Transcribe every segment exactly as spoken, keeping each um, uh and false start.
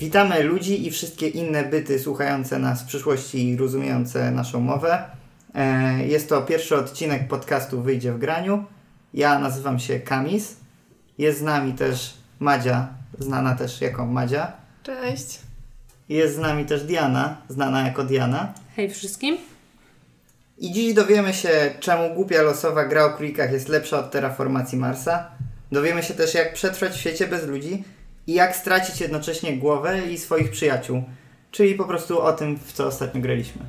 Witamy ludzi i wszystkie inne byty słuchające nas w przyszłości i rozumiejące naszą mowę. Jest to pierwszy odcinek podcastu Wyjdzie w graniu. Ja nazywam się Kamis. Jest z nami też Madzia, znana też jako Madzia. Cześć. Jest z nami też Diana, znana jako Diana. Hej wszystkim. I dziś dowiemy się, czemu głupia losowa gra o królikach jest lepsza od terraformacji Marsa. Dowiemy się też, jak przetrwać w świecie bez ludzi i jak stracić jednocześnie głowę i swoich przyjaciół. Czyli po prostu o tym, w co ostatnio graliśmy.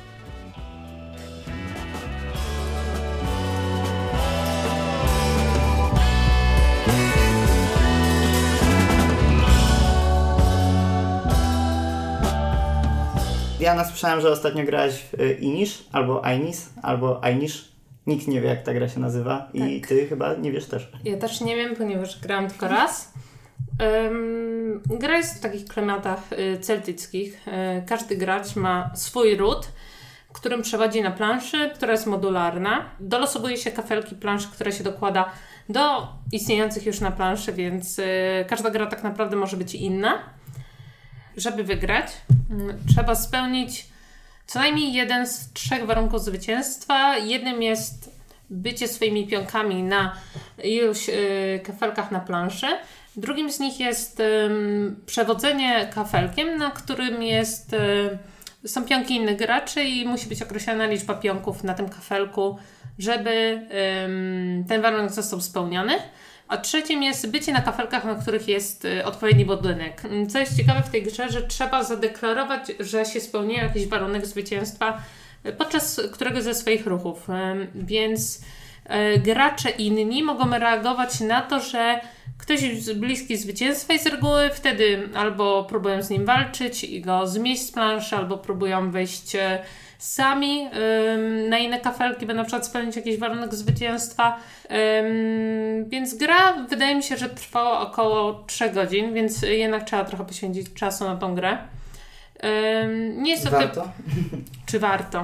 Diana, słyszałem, że ostatnio grałaś w Inish, albo Ainis, albo Ainish. Nikt nie wie, jak ta gra się nazywa i tak. Ty chyba nie wiesz też. Ja też nie wiem, ponieważ grałam tylko raz. Um, gra jest w takich klimatach y, celtyckich. Y, każdy gracz ma swój ród, którym przewodzi na planszy, która jest modularna. Dolosowuje się kafelki planszy, które się dokłada do istniejących już na planszy, więc y, każda gra tak naprawdę może być inna. Żeby wygrać, y, trzeba spełnić co najmniej jeden z trzech warunków zwycięstwa. Jednym jest bycie swoimi pionkami na iluś y, kafelkach na planszy. Drugim z nich jest y, przewodzenie kafelkiem, na którym jest, y, są pionki innych graczy i musi być określona liczba pionków na tym kafelku, żeby y, ten warunek został spełniony. A trzecim jest bycie na kafelkach, na których jest y, odpowiedni budynek. Co jest ciekawe w tej grze, że trzeba zadeklarować, że się spełnił jakiś warunek zwycięstwa y, podczas któregoś ze swoich ruchów. Y, więc y, gracze inni mogą reagować na to, że ktoś jest bliski zwycięstwa i z reguły wtedy albo próbują z nim walczyć i go zmieść z planszy, albo próbują wyjść y, sami ym, na inne kafelki, by na przykład spełnić jakiś warunek zwycięstwa. Ym, więc gra wydaje mi się, że trwała około trzy godzin, więc jednak trzeba trochę poświęcić czasu na tą grę. Ym, nie jest to warto? Typ... Czy warto?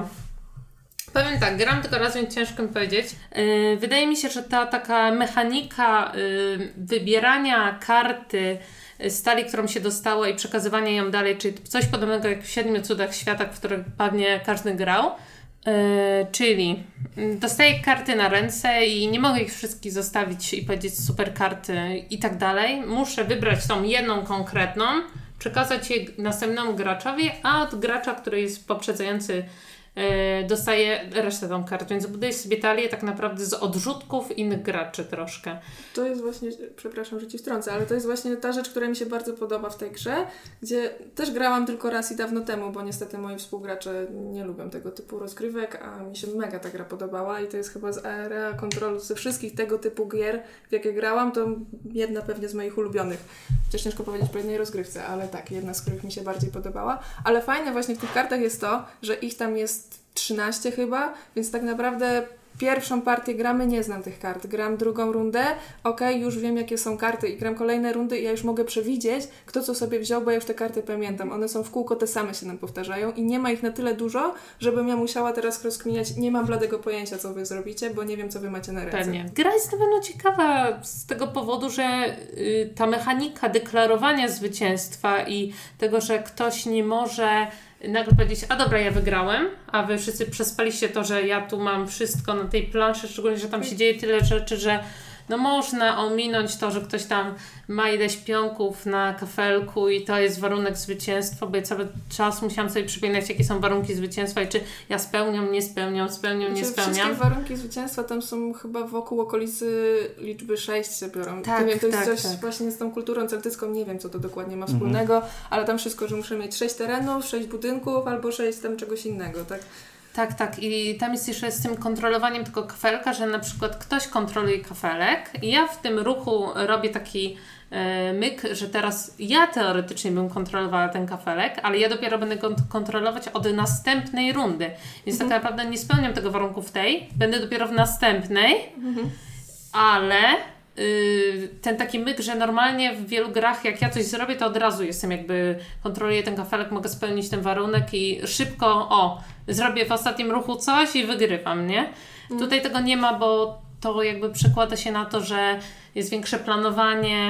Powiem tak, gram tylko raz, więc ciężko mi powiedzieć. Yy, wydaje mi się, że ta taka mechanika yy, wybierania karty stali, którą się dostało i przekazywania ją dalej, czyli coś podobnego jak w Siedmiu Cudach Świata, w których pewnie każdy grał. Yy, czyli dostaję karty na ręce i nie mogę ich wszystkich zostawić i powiedzieć super karty i tak dalej. Muszę wybrać tą jedną konkretną, przekazać je następnemu graczowi, a od gracza, który jest poprzedzający, Yy, dostaje resztę tą kart, więc buduję sobie talię tak naprawdę z odrzutków innych graczy troszkę. To jest właśnie, przepraszam, że Ci wtrącę, ale to jest właśnie ta rzecz, która mi się bardzo podoba w tej grze, gdzie też grałam tylko raz i dawno temu, bo niestety moi współgracze nie lubią tego typu rozgrywek, a mi się mega ta gra podobała i to jest chyba z Area Control, ze wszystkich tego typu gier, w jakie grałam, to jedna pewnie z moich ulubionych. Chociaż ciężko powiedzieć po jednej rozgrywce, ale tak, jedna z których mi się bardziej podobała. Ale fajne właśnie w tych kartach jest to, że ich tam jest trzynaście chyba, więc tak naprawdę pierwszą partię gramy, nie znam tych kart. Gram drugą rundę, okej, okay, już wiem jakie są karty i gram kolejne rundy i ja już mogę przewidzieć, kto co sobie wziął, bo ja już te karty pamiętam. One są w kółko, te same się nam powtarzają i nie ma ich na tyle dużo, żebym ja musiała teraz rozkminiać, nie mam bladego pojęcia, co wy zrobicie, bo nie wiem, co wy macie na ręce. Pewnie. Gra jest na pewno ciekawa z tego powodu, że y, ta mechanika deklarowania zwycięstwa i tego, że ktoś nie może nagle powiedzieć, a dobra, ja wygrałem, a wy wszyscy przespaliście to, że ja tu mam wszystko na tej planszy, szczególnie, że tam się dzieje tyle rzeczy, że no można ominąć to, że ktoś tam ma ileś pionków na kafelku i to jest warunek zwycięstwa, bo ja cały czas musiałam sobie przypominać, jakie są warunki zwycięstwa i czy ja spełniam, nie spełniam, spełniam, nie spełniam. Wszystkie warunki zwycięstwa tam są chyba wokół okolicy liczby sześć się biorą. Tak, nie wiem, to tak, jest coś tak. właśnie z tą kulturą celtycką, nie wiem, co to dokładnie ma wspólnego, mhm. ale tam wszystko, że muszę mieć sześć terenów, sześć budynków albo sześć tam czegoś innego, tak? Tak, tak. I tam jest jeszcze z tym kontrolowaniem tylko kafelka, że na przykład ktoś kontroluje kafelek i ja w tym ruchu robię taki e, myk, że teraz ja teoretycznie bym kontrolowała ten kafelek, ale ja dopiero będę go kontrolować od następnej rundy. Więc mhm. tak naprawdę nie spełniam tego warunku w tej, będę dopiero w następnej, mhm. ale yy, ten taki myk, że normalnie w wielu grach jak ja coś zrobię, to od razu jestem jakby, kontroluję ten kafelek, mogę spełnić ten warunek i szybko, o, zrobię w ostatnim ruchu coś i wygrywam, nie? Mm. Tutaj tego nie ma, bo to jakby przekłada się na to, że jest większe planowanie,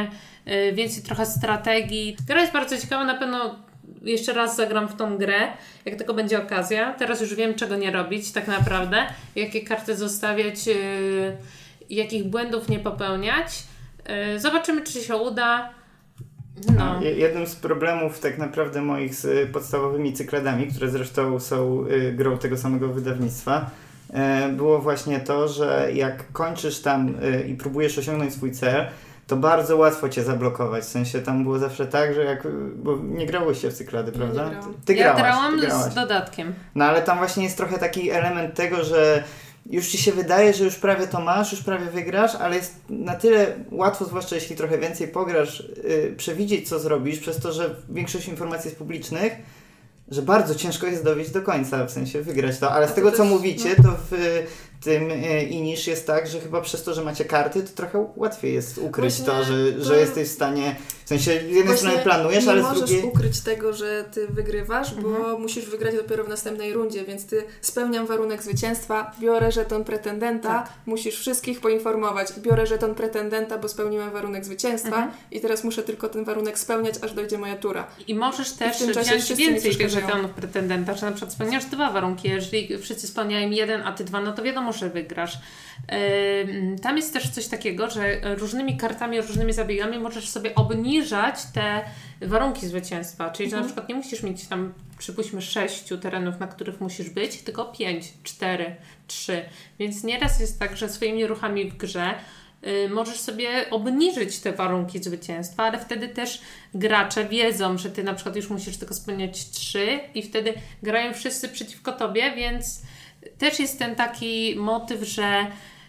yy, więcej trochę strategii. Gra jest bardzo ciekawa, na pewno jeszcze raz zagram w tą grę, jak tylko będzie okazja. Teraz już wiem, czego nie robić tak naprawdę, jakie karty zostawiać, yy, jakich błędów nie popełniać. Yy, zobaczymy, czy się uda. No. Jednym z problemów tak naprawdę moich z podstawowymi cykladami, które zresztą są y, grą tego samego wydawnictwa, y, było właśnie to, że jak kończysz tam y, i próbujesz osiągnąć swój cel, to bardzo łatwo cię zablokować. W sensie tam było zawsze tak, że jak... Bo nie grało się w cyklady, prawda? Nie grałam. Ty grałaś, ja grałam ty grałaś. z dodatkiem. No ale tam właśnie jest trochę taki element tego, że już ci się wydaje, że już prawie to masz, już prawie wygrasz, ale jest na tyle łatwo, zwłaszcza jeśli trochę więcej pograsz, yy, przewidzieć, co zrobisz, przez to, że większość informacji jest publicznych, że bardzo ciężko jest dowieść do końca, w sensie wygrać to. Ale z to tego, też, co mówicie, no. to w tym yy, Inish jest tak, że chyba przez to, że macie karty, to trochę łatwiej jest ukryć Właśnie to, że, to... że jesteś w stanie, w sensie z jednej strony planujesz, ale z drugiej... nie możesz ukryć tego, że ty wygrywasz, Mhm. bo musisz wygrać dopiero w następnej rundzie, więc ty spełniam warunek zwycięstwa, biorę żeton pretendenta, Tak. musisz wszystkich poinformować, biorę żeton pretendenta, bo spełniłem warunek zwycięstwa Mhm. i teraz muszę tylko ten warunek spełniać, aż dojdzie moja tura. I możesz też w tym czasie wziąć wszyscy mi więcej tych przeszkadzają. żetonów pretendenta, że na przykład spełniasz dwa warunki. Jeżeli wszyscy spełniają jeden, a ty dwa, no to wiadomo, że wygrasz. Yy, tam jest też coś takiego, że różnymi kartami, różnymi zabiegami możesz sobie obniżać te warunki zwycięstwa. Czyli, że Mhm. na przykład nie musisz mieć tam, przypuśćmy, sześciu terenów, na których musisz być, tylko pięć, cztery, trzy. Więc nieraz jest tak, że swoimi ruchami w grze yy, możesz sobie obniżyć te warunki zwycięstwa, ale wtedy też gracze wiedzą, że ty na przykład już musisz tylko spełniać trzy i wtedy grają wszyscy przeciwko tobie, więc też jest ten taki motyw, że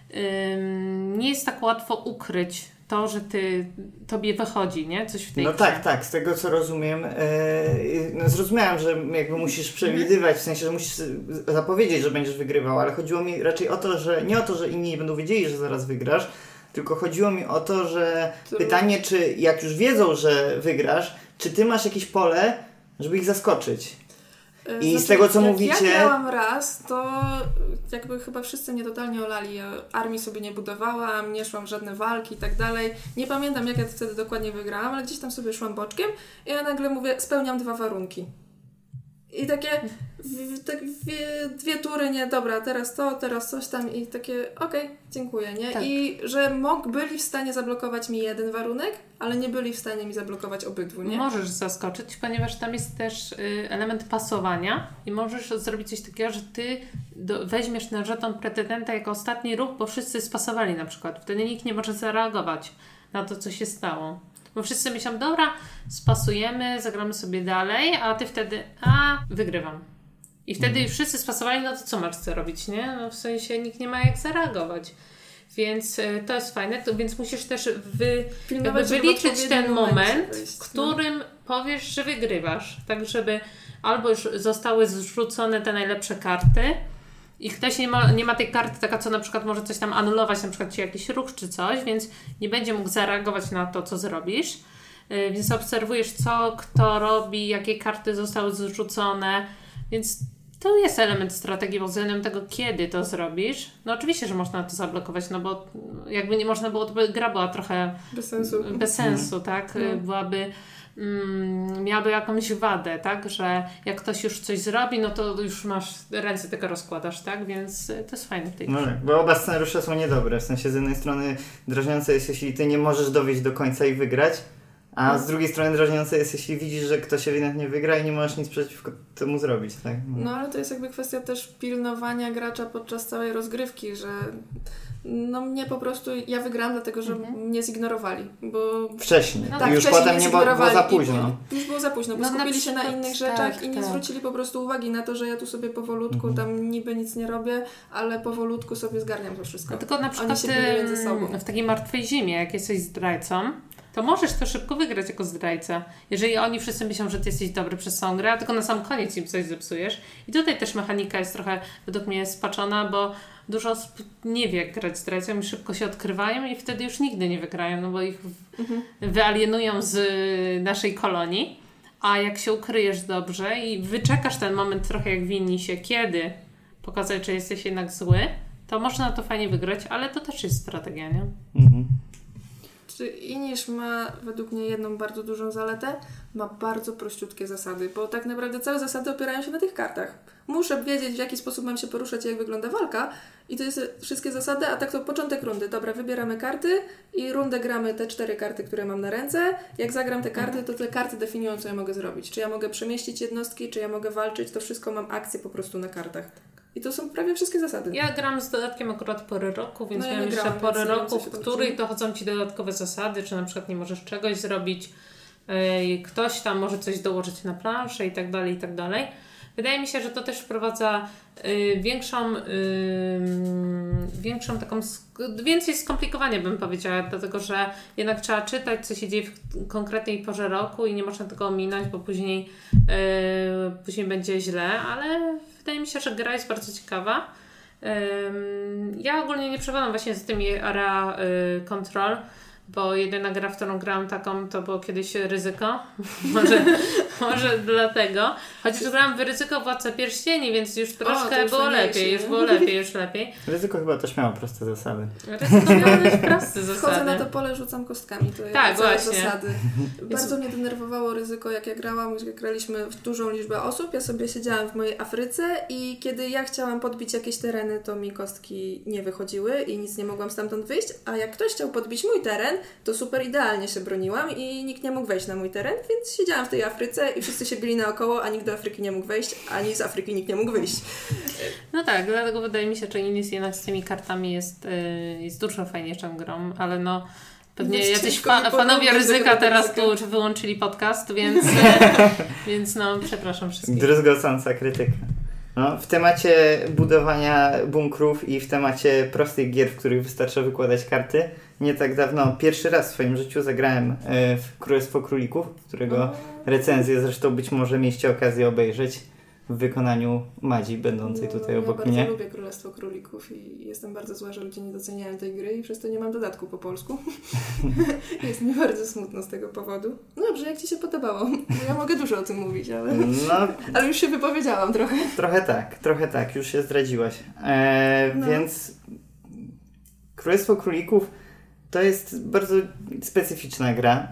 ym, nie jest tak łatwo ukryć to, że ty, tobie wychodzi, nie? Coś w tej No grze. tak, tak, z tego co rozumiem, yy, no zrozumiałem, że jakby musisz przewidywać, w sensie, że musisz zapowiedzieć, że będziesz wygrywał, ale chodziło mi raczej o to, że nie o to, że inni nie będą wiedzieli, że zaraz wygrasz, tylko chodziło mi o to, że To... pytanie, czy jak już wiedzą, że wygrasz, czy ty masz jakieś pole, żeby ich zaskoczyć? I Znaczy, z tego, co jak mówicie... ja grałam raz, to jakby chyba wszyscy mnie totalnie olali. Ja armii sobie nie budowałam, nie szłam w żadne walki i tak dalej. Nie pamiętam, jak ja wtedy dokładnie wygrałam, ale gdzieś tam sobie szłam boczkiem i ja nagle mówię, spełniam dwa warunki. I takie w, tak dwie, dwie tury, nie, dobra, teraz to, teraz coś tam i takie, okej, okay, dziękuję, nie? Tak. I że mog, byli w stanie zablokować mi jeden warunek, ale nie byli w stanie mi zablokować obydwu, nie? Możesz zaskoczyć, ponieważ tam jest też y, element pasowania i możesz zrobić coś takiego, że ty do, weźmiesz na żeton pretendenta jako ostatni ruch, bo wszyscy spasowali na przykład. Wtedy nikt nie może zareagować na to, co się stało. Bo wszyscy myślą, dobra, spasujemy, zagramy sobie dalej, a ty wtedy, a, wygrywam. I wtedy już wszyscy spasowali, no to co masz co robić, nie? No w sensie nikt nie ma jak zareagować. Więc y, to jest fajne, to, więc musisz też wy, Pilnować, jakby wyliczyć ten moment, wyjść, w którym no. powiesz, że wygrywasz. Tak, żeby albo już zostały zrzucone te najlepsze karty i ktoś nie ma, nie ma tej karty, taka co na przykład może coś tam anulować, na przykład ci jakiś ruch czy coś, więc nie będzie mógł zareagować na to, co zrobisz. Yy, więc obserwujesz, co kto robi, jakie karty zostały zrzucone, więc to jest element strategii pod względem tego, kiedy to zrobisz. No oczywiście, że można to zablokować, no bo jakby nie można było, to by gra była trochę bez sensu, bez sensu, mm. tak? Mm. Byłaby mm, miałaby jakąś wadę, tak? Że jak ktoś już coś zrobi, no to już masz ręce tylko rozkładasz, tak? Więc to jest fajne w tej No grze. tak, bo oba scenariusze są niedobre. W sensie z jednej strony drażniące jest, jeśli ty nie możesz dowieść do końca i wygrać, a No. z drugiej strony drażniące jest, jeśli widzisz, że ktoś ewidentnie wygra i nie możesz nic przeciwko temu zrobić, tak? No ale to jest jakby kwestia też pilnowania gracza podczas całej rozgrywki, że no mnie po prostu, ja wygrałam dlatego, że Mhm. mnie zignorowali, bo... Wcześniej. No I tak, już wcześniej potem mnie nie było, było za zignorowali późno. I, już było za późno, bo No, na skupili się na przykład, innych rzeczach tak, i nie tak. zwrócili po prostu uwagi na to, że ja tu sobie powolutku, Mhm. tam niby nic nie robię, ale powolutku sobie zgarniam to wszystko. No, tylko na przykład się pilnują ze sobą. w takiej martwej zimie, jak jesteś zdrajcą, to możesz to szybko wygrać jako zdrajca. Jeżeli oni wszyscy myślą, że ty jesteś dobry przez całą grę, a tylko na sam koniec im coś zepsujesz. I tutaj też mechanika jest trochę według mnie spaczona, bo dużo osób nie wie, jak grać zdrajcą i szybko się odkrywają i wtedy już nigdy nie wygrają, no bo ich Mhm. wyalienują z naszej kolonii. A jak się ukryjesz dobrze i wyczekasz ten moment trochę jak w Inisie, kiedy pokazać, że jesteś jednak zły, to można to fajnie wygrać, ale to też jest strategia, nie? Mhm. Inish ma według mnie jedną bardzo dużą zaletę, ma bardzo prościutkie zasady, bo tak naprawdę całe zasady opierają się na tych kartach. Muszę wiedzieć, w jaki sposób mam się poruszać i jak wygląda walka i to jest wszystkie zasady, a tak to początek rundy. Dobra, wybieramy karty i rundę gramy te cztery karty, które mam na ręce. Jak zagram te karty, to te karty definiują, co ja mogę zrobić. Czy ja mogę przemieścić jednostki, czy ja mogę walczyć, to wszystko mam akcję po prostu na kartach. I to są prawie wszystkie zasady. Ja gram z dodatkiem akurat pory roku, więc no ja miałam jeszcze grałam, porę więc roku, w to której dochodzą Ci dodatkowe zasady, czy na przykład nie możesz czegoś zrobić, yy, ktoś tam może coś dołożyć na planszę i tak dalej, i tak dalej. Wydaje mi się, że to też wprowadza y, większą, y, większą taką, sk- więcej skomplikowania bym powiedziała, dlatego że jednak trzeba czytać, co się dzieje w konkretnej porze roku i nie można tego ominąć, bo później, y, później będzie źle, ale wydaje mi się, że gra jest bardzo ciekawa. Y, ja ogólnie nie przepadam właśnie z tymi area y, control, bo jedyna gra, w którą grałam taką, to było kiedyś Ryzyko. może, może dlatego. Chociaż grałam w Ryzyko Władca Pierścieni, więc już troszkę o, już było lepiej, już było lepiej, już lepiej. Ryzyko chyba też miało proste zasady. Ryzyko miało dość proste zasady. Wchodzę na to pole, rzucam kostkami. To tak, właśnie. Zasady. Bardzo mnie denerwowało Ryzyko, jak ja grałam, jak graliśmy w dużą liczbę osób. Ja sobie siedziałam w mojej Afryce i kiedy ja chciałam podbić jakieś tereny, to mi kostki nie wychodziły i nic nie mogłam stamtąd wyjść, a jak ktoś chciał podbić mój teren, to super idealnie się broniłam i nikt nie mógł wejść na mój teren, więc siedziałam w tej Afryce i wszyscy się bili naokoło, a nikt do Afryki nie mógł wejść, ani z Afryki nikt nie mógł wyjść. No tak, dlatego wydaje mi się, że Inish jednak z tymi kartami jest, yy, jest dużo fajniejszą grą, ale no pewnie no jacyś fa- panowie Ryzyka teraz tu wyłączyli podcast, więc, więc no przepraszam wszystkich. Druzgocąca krytyka. No, w temacie budowania bunkrów i w temacie prostych gier, w których wystarcza wykładać karty, nie tak dawno pierwszy raz w swoim życiu zagrałem w Królestwo Królików, którego recenzję zresztą być może mieliście okazję obejrzeć w wykonaniu Madzi, będącej tutaj no, obok ja mnie. Ja bardzo lubię Królestwo Królików i jestem bardzo zła, że ludzie nie doceniają tej gry i przez to nie mam dodatku po polsku. Jest mi bardzo smutno z tego powodu. No dobrze, jak Ci się podobało? Bo ja mogę dużo o tym mówić, ale, no, ale już się wypowiedziałam trochę. Trochę tak, trochę tak, już się zdradziłaś. E, no. Więc Królestwo Królików to jest bardzo specyficzna gra.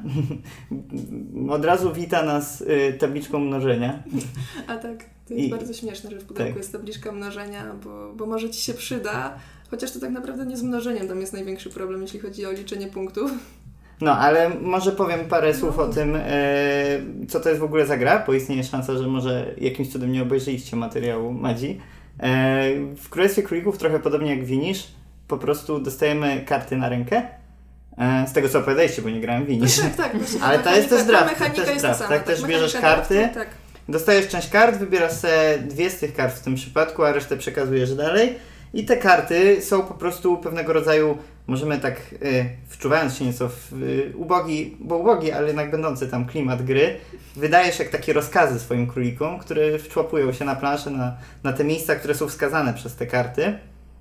Od razu wita nas y, tabliczką mnożenia. A tak, to jest I, bardzo śmieszne, że w pudełku tak. jest tabliczka mnożenia, bo, bo może Ci się przyda, chociaż to tak naprawdę nie z mnożeniem tam jest największy problem, jeśli chodzi o liczenie punktów. No, ale może powiem parę słów no. o tym, e, co to jest w ogóle za gra, bo istnieje szansa, że może jakimś cudem nie obejrzeliście materiału Madzi. E, w Królestwie Królików, trochę podobnie jak w Inish, po prostu dostajemy karty na rękę. Z tego co opowiadaliście, bo nie grałem w Inish. Tak, tak. Ale to jest też draft. Mechanika też jest draft, ta sama. Tak, też bierzesz karty, draftu, tak. Dostajesz część kart, wybierasz sobie dwie z tych kart w tym przypadku, a resztę przekazujesz dalej. I te karty są po prostu pewnego rodzaju, możemy tak y, wczuwając się nieco w y, ubogi, bo ubogi, ale jednak będący tam klimat gry, wydajesz jak takie rozkazy swoim królikom, które wczłapują się na planszę, na, na te miejsca, które są wskazane przez te karty.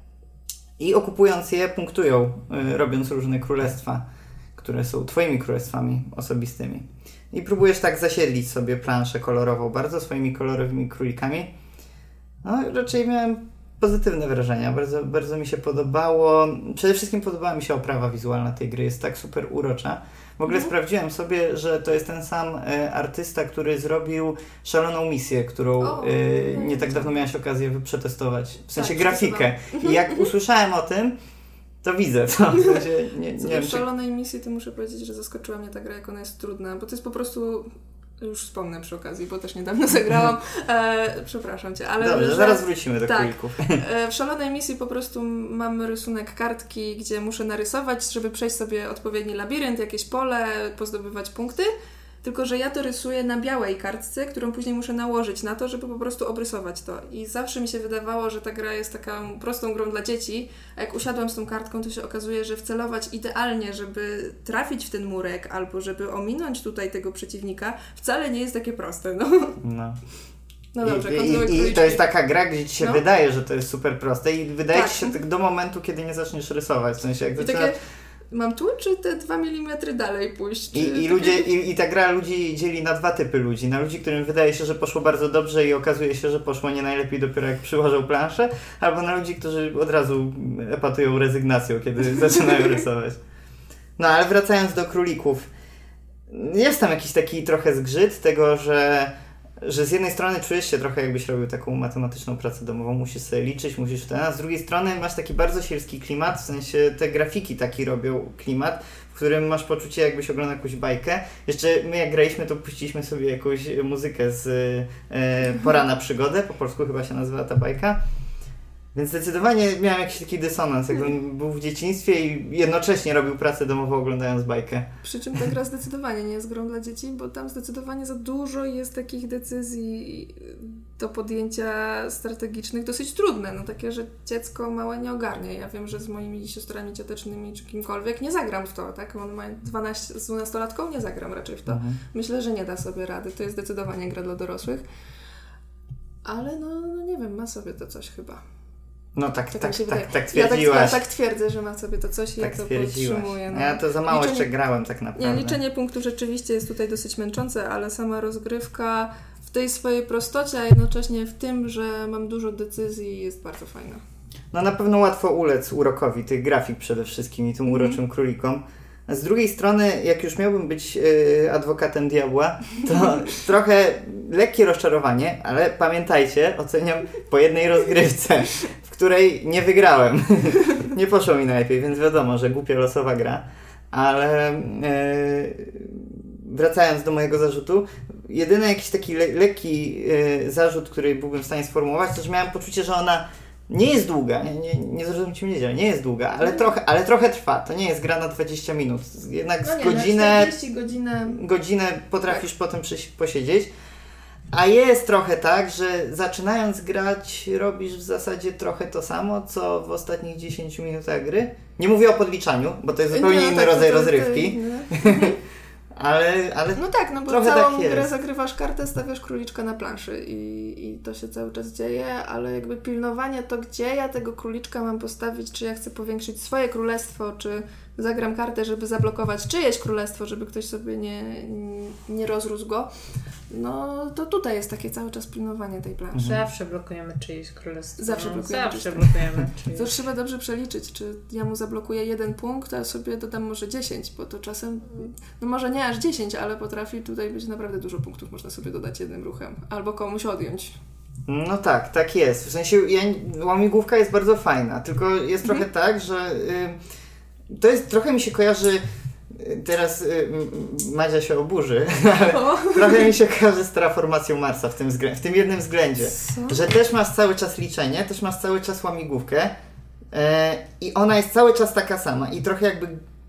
I okupując je, punktują, y, robiąc różne królestwa, które są twoimi królestwami osobistymi. I próbujesz tak zasiedlić sobie planszę kolorową bardzo swoimi kolorowymi królikami. No raczej miałem pozytywne wrażenia. Bardzo, bardzo mi się podobało. Przede wszystkim podobała mi się oprawa wizualna tej gry. Jest tak super urocza. W ogóle mm. sprawdziłem sobie, że to jest ten sam e, artysta, który zrobił Szaloną Misję, którą o, e, nie tak dawno miałaś okazję przetestować. W sensie tak, grafikę. I jak usłyszałem o tym, to widzę to. W sensie, nie, nie wiem, w Szalonej czy... Misji to muszę powiedzieć, że zaskoczyła mnie ta gra, jak ona jest trudna, bo to jest po prostu... Już wspomnę przy okazji, bo też niedawno zagrałam. E, przepraszam Cię, ale... Dobrze, że, zaraz wrócimy do tak, królików. E, w Szalonej Misji po prostu mamy rysunek kartki, gdzie muszę narysować, żeby przejść sobie odpowiedni labirynt, jakieś pole, pozdobywać punkty. Tylko że ja to rysuję na białej kartce, którą później muszę nałożyć na to, żeby po prostu obrysować to. I zawsze mi się wydawało, że ta gra jest taką prostą grą dla dzieci, a jak usiadłam z tą kartką, to się okazuje, że wcelować idealnie, żeby trafić w ten murek albo żeby ominąć tutaj tego przeciwnika, wcale nie jest takie proste. No, no. no dobrze, I, i, I to jest taka gra, gdzie ci się no. wydaje, że to jest super proste i wydaje tak. ci się tak do momentu, kiedy nie zaczniesz rysować. W sensie jak zaczyna... takie... Mam tu, czy te dwa milimetry dalej pójść? Czy... I, i, ludzie, i, I ta gra ludzi dzieli na dwa typy ludzi. Na ludzi, którym wydaje się, że poszło bardzo dobrze i okazuje się, że poszło nie najlepiej dopiero jak przyłożą planszę, albo na ludzi, którzy od razu epatują rezygnacją, kiedy zaczynają rysować. No ale wracając do królików, jest tam jakiś taki trochę zgrzyt tego, że, że z jednej strony czujesz się trochę jakbyś robił taką matematyczną pracę domową, musisz sobie liczyć, musisz ten, a z drugiej strony masz taki bardzo sielski klimat, w sensie te grafiki taki robią klimat, w którym masz poczucie jakbyś oglądał jakąś bajkę. Jeszcze my jak graliśmy, to puściliśmy sobie jakąś muzykę z e, Pora na przygodę, po polsku chyba się nazywa ta bajka. Więc zdecydowanie miałem jakiś taki dysonans, jakbym był w dzieciństwie i jednocześnie robił pracę domową oglądając bajkę. Przy czym ta gra zdecydowanie nie jest grą dla dzieci, bo tam zdecydowanie za dużo jest takich decyzji do podjęcia strategicznych, dosyć trudne, no takie, że dziecko małe nie ogarnie. Ja wiem, że z moimi siostrami ciotecznymi czy kimkolwiek nie zagram w to, tak? On ma dwanaście, z dwunastolatką nie zagram raczej w to. Mhm. Myślę, że nie da sobie rady. To jest zdecydowanie gra dla dorosłych. Ale no, no nie wiem, ma sobie to coś chyba. No tak, tak, tak, tak, tak twierdziłaś. Ja tak, ja tak twierdzę, że ma sobie to coś i tak ja to podtrzymuję. No. Ja to za mało liczenie, jeszcze grałem tak naprawdę. Nie, liczenie punktów rzeczywiście jest tutaj dosyć męczące, ale sama rozgrywka w tej swojej prostocie, a jednocześnie w tym, że mam dużo decyzji, jest bardzo fajna. No na pewno łatwo ulec urokowi tych grafik przede wszystkim i tym uroczym mm. królikom. A z drugiej strony, jak już miałbym być yy, adwokatem diabła, to trochę lekkie rozczarowanie, ale pamiętajcie, oceniam po jednej rozgrywce, w której nie wygrałem. Nie poszło mi najlepiej, więc wiadomo, że głupia losowa gra. Ale yy, wracając do mojego zarzutu, jedyny jakiś taki le- lekki yy, zarzut, który byłbym w stanie sformułować, to że miałem poczucie, że ona nie jest długa, nie, nie, nie zrozumcie mnie źle, nie jest długa, ale trochę, ale trochę trwa. To nie jest gra na dwadzieścia minut. Jednak no z nie, godzinę, czterdzieści godzinę... godzinę potrafisz tak. potem przyś- posiedzieć. A jest trochę tak, że zaczynając grać robisz w zasadzie trochę to samo, co w ostatnich dziesięciu minutach gry. Nie mówię o podliczaniu, bo to jest zupełnie nie, inny tak, rodzaj to, to, rozrywki. To, ale, ale no tak, no bo trochę całą tak grę zagrywasz kartę, stawiasz króliczka na planszy i, i to się cały czas dzieje, ale jakby pilnowanie to, gdzie ja tego króliczka mam postawić, czy ja chcę powiększyć swoje królestwo, czy zagram kartę, żeby zablokować czyjeś królestwo, żeby ktoś sobie nie, nie rozrósł go, no to tutaj jest takie cały czas pilnowanie tej planszy. Zawsze blokujemy czyjeś królestwo. Zawsze blokujemy. Zawsze blokujemy czyjeś. To trzeba dobrze przeliczyć, czy ja mu zablokuję jeden punkt, a ja sobie dodam może dziesięć, bo to czasem, no może nie aż dziesięć, ale potrafi tutaj być naprawdę dużo punktów, można sobie dodać jednym ruchem, albo komuś odjąć. No tak, tak jest. W sensie ja, łamigłówka jest bardzo fajna, tylko jest trochę mm. tak, że y, to jest, trochę mi się kojarzy, teraz y, Madzia się oburzy, ale o. trochę mi się kojarzy z terraformacją Marsa w tym, wzglę- w tym jednym względzie, Co? że też masz cały czas liczenie, też masz cały czas łamigłówkę y, i ona jest cały czas taka sama i trochę jakby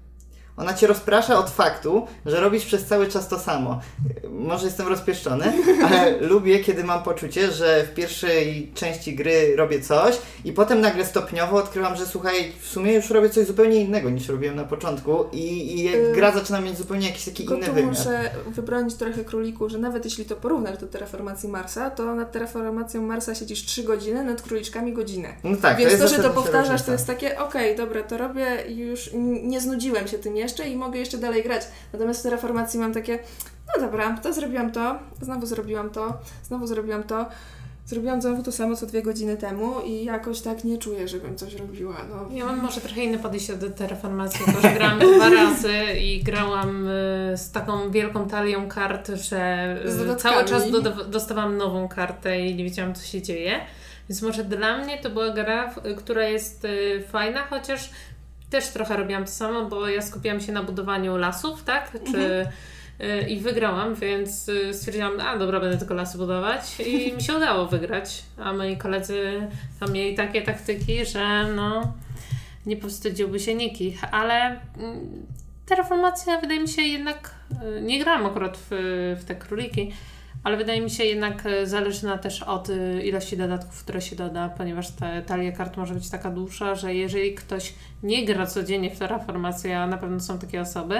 ona cię rozprasza od faktu, że robisz przez cały czas to samo. Może jestem rozpieszczony, ale lubię, kiedy mam poczucie, że w pierwszej części gry robię coś i potem nagle stopniowo odkrywam, że słuchaj, w sumie już robię coś zupełnie innego niż robiłem na początku i, i yy, gra zaczyna mieć zupełnie jakiś taki inny wymiar. Muszę wybronić trochę króliku, że nawet jeśli to porównasz do terraformacji Marsa, to nad terraformacją Marsa siedzisz trzy godziny, nad króliczkami godzinę. No tak, Więc to, to, że to powtarzasz, to jest takie, okej, okay, dobra, to robię i już nie znudziłem się tym jeszcze i mogę jeszcze dalej grać. Natomiast w terraformacji mam takie, no dobra, to zrobiłam to, znowu zrobiłam to, znowu zrobiłam to. Zrobiłam znowu to samo co dwie godziny temu i jakoś tak nie czuję, żebym coś robiła. No. Ja mam może trochę inne podejście do terraformacji, bo że grałam dwa razy i grałam y, z taką wielką talią kart, że y, cały czas do, dostawałam nową kartę i nie wiedziałam, co się dzieje. Więc może dla mnie to była gra, która jest y, fajna, chociaż też trochę robiłam to samo, bo ja skupiałam się na budowaniu lasów, tak? Czy, mhm. y, I wygrałam, więc y, stwierdziłam, a dobra, będę tylko lasy budować i mi się udało wygrać. A moi koledzy tam mieli takie taktyki, że no nie powstydziłby się nikt. Ale y, terraformacja wydaje mi się jednak, y, nie grałam akurat w, w te króliki, ale wydaje mi się jednak zależna też od ilości dodatków, które się doda, ponieważ ta talia kart może być taka dłuższa, że jeżeli ktoś nie gra codziennie w terraformację, a na pewno są takie osoby,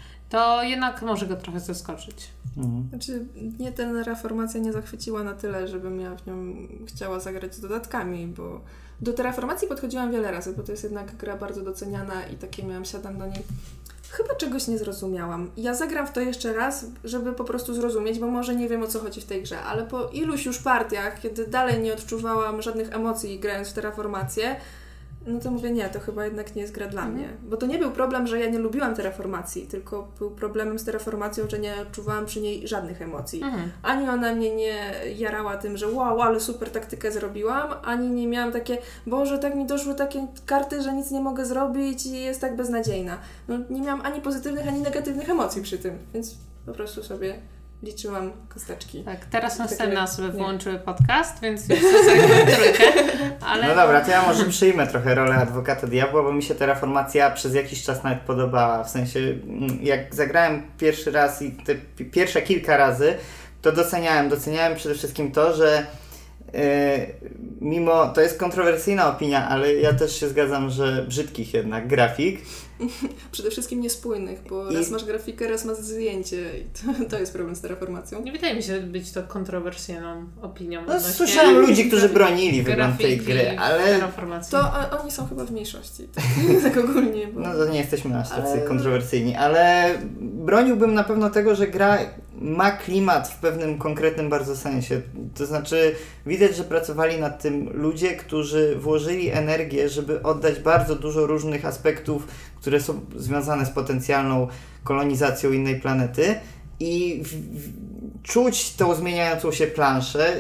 to jednak może go trochę zaskoczyć. Mhm. Znaczy, mnie ta terraformacja nie zachwyciła na tyle, żebym ja w nią chciała zagrać z dodatkami, bo do terraformacji podchodziłam wiele razy, bo to jest jednak gra bardzo doceniana i takie miałam, siadam do niej. Chyba czegoś nie zrozumiałam. Ja zagram w to jeszcze raz, żeby po prostu zrozumieć, bo może nie wiem, o co chodzi w tej grze, ale po iluś już partiach, kiedy dalej nie odczuwałam żadnych emocji grając w terraformację, No to mówię, nie, to chyba jednak nie jest gra dla mhm. mnie. Bo to nie był problem, że ja nie lubiłam Terraformacji, tylko był problemem z Terraformacją, że nie odczuwałam przy niej żadnych emocji. Mhm. Ani ona mnie nie jarała tym, że wow, ale super taktykę zrobiłam, ani nie miałam takie, Boże, tak mi doszły takie karty, że nic nie mogę zrobić i jest tak beznadziejna. No nie miałam ani pozytywnych, ani negatywnych emocji przy tym, więc po prostu sobie liczyłam kosteczki. Tak, teraz następne takie, osoby nie. wyłączyły podcast, więc już sobie trójkę. Ale... No dobra, to ja może przyjmę trochę rolę adwokata diabła, bo mi się Terraformacja przez jakiś czas nawet podobała. W sensie, jak zagrałem pierwszy raz i te p- pierwsze kilka razy, to doceniałem. Doceniałem przede wszystkim to, że yy, mimo, to jest kontrowersyjna opinia, ale ja też się zgadzam, że brzydkich jednak grafik. Przede wszystkim niespójnych, bo I... raz masz grafikę, raz masz zdjęcie i to, to jest problem z Terraformacją. Nie wydaje mi się być to kontrowersyjną opinią. No, słyszałem ludzi, którzy bronili wygląd tej grafiki, gry, ale... Terraformacji. To a, oni są chyba w mniejszości, tak, tak ogólnie. Bo... No to nie jesteśmy aż tacy Ale- kontrowersyjni, ale broniłbym na pewno tego, że gra ma klimat w pewnym konkretnym bardzo sensie. To znaczy widać, że pracowali nad tym ludzie, którzy włożyli energię, żeby oddać bardzo dużo różnych aspektów, które są związane z potencjalną kolonizacją innej planety i w, w, czuć tą zmieniającą się planszę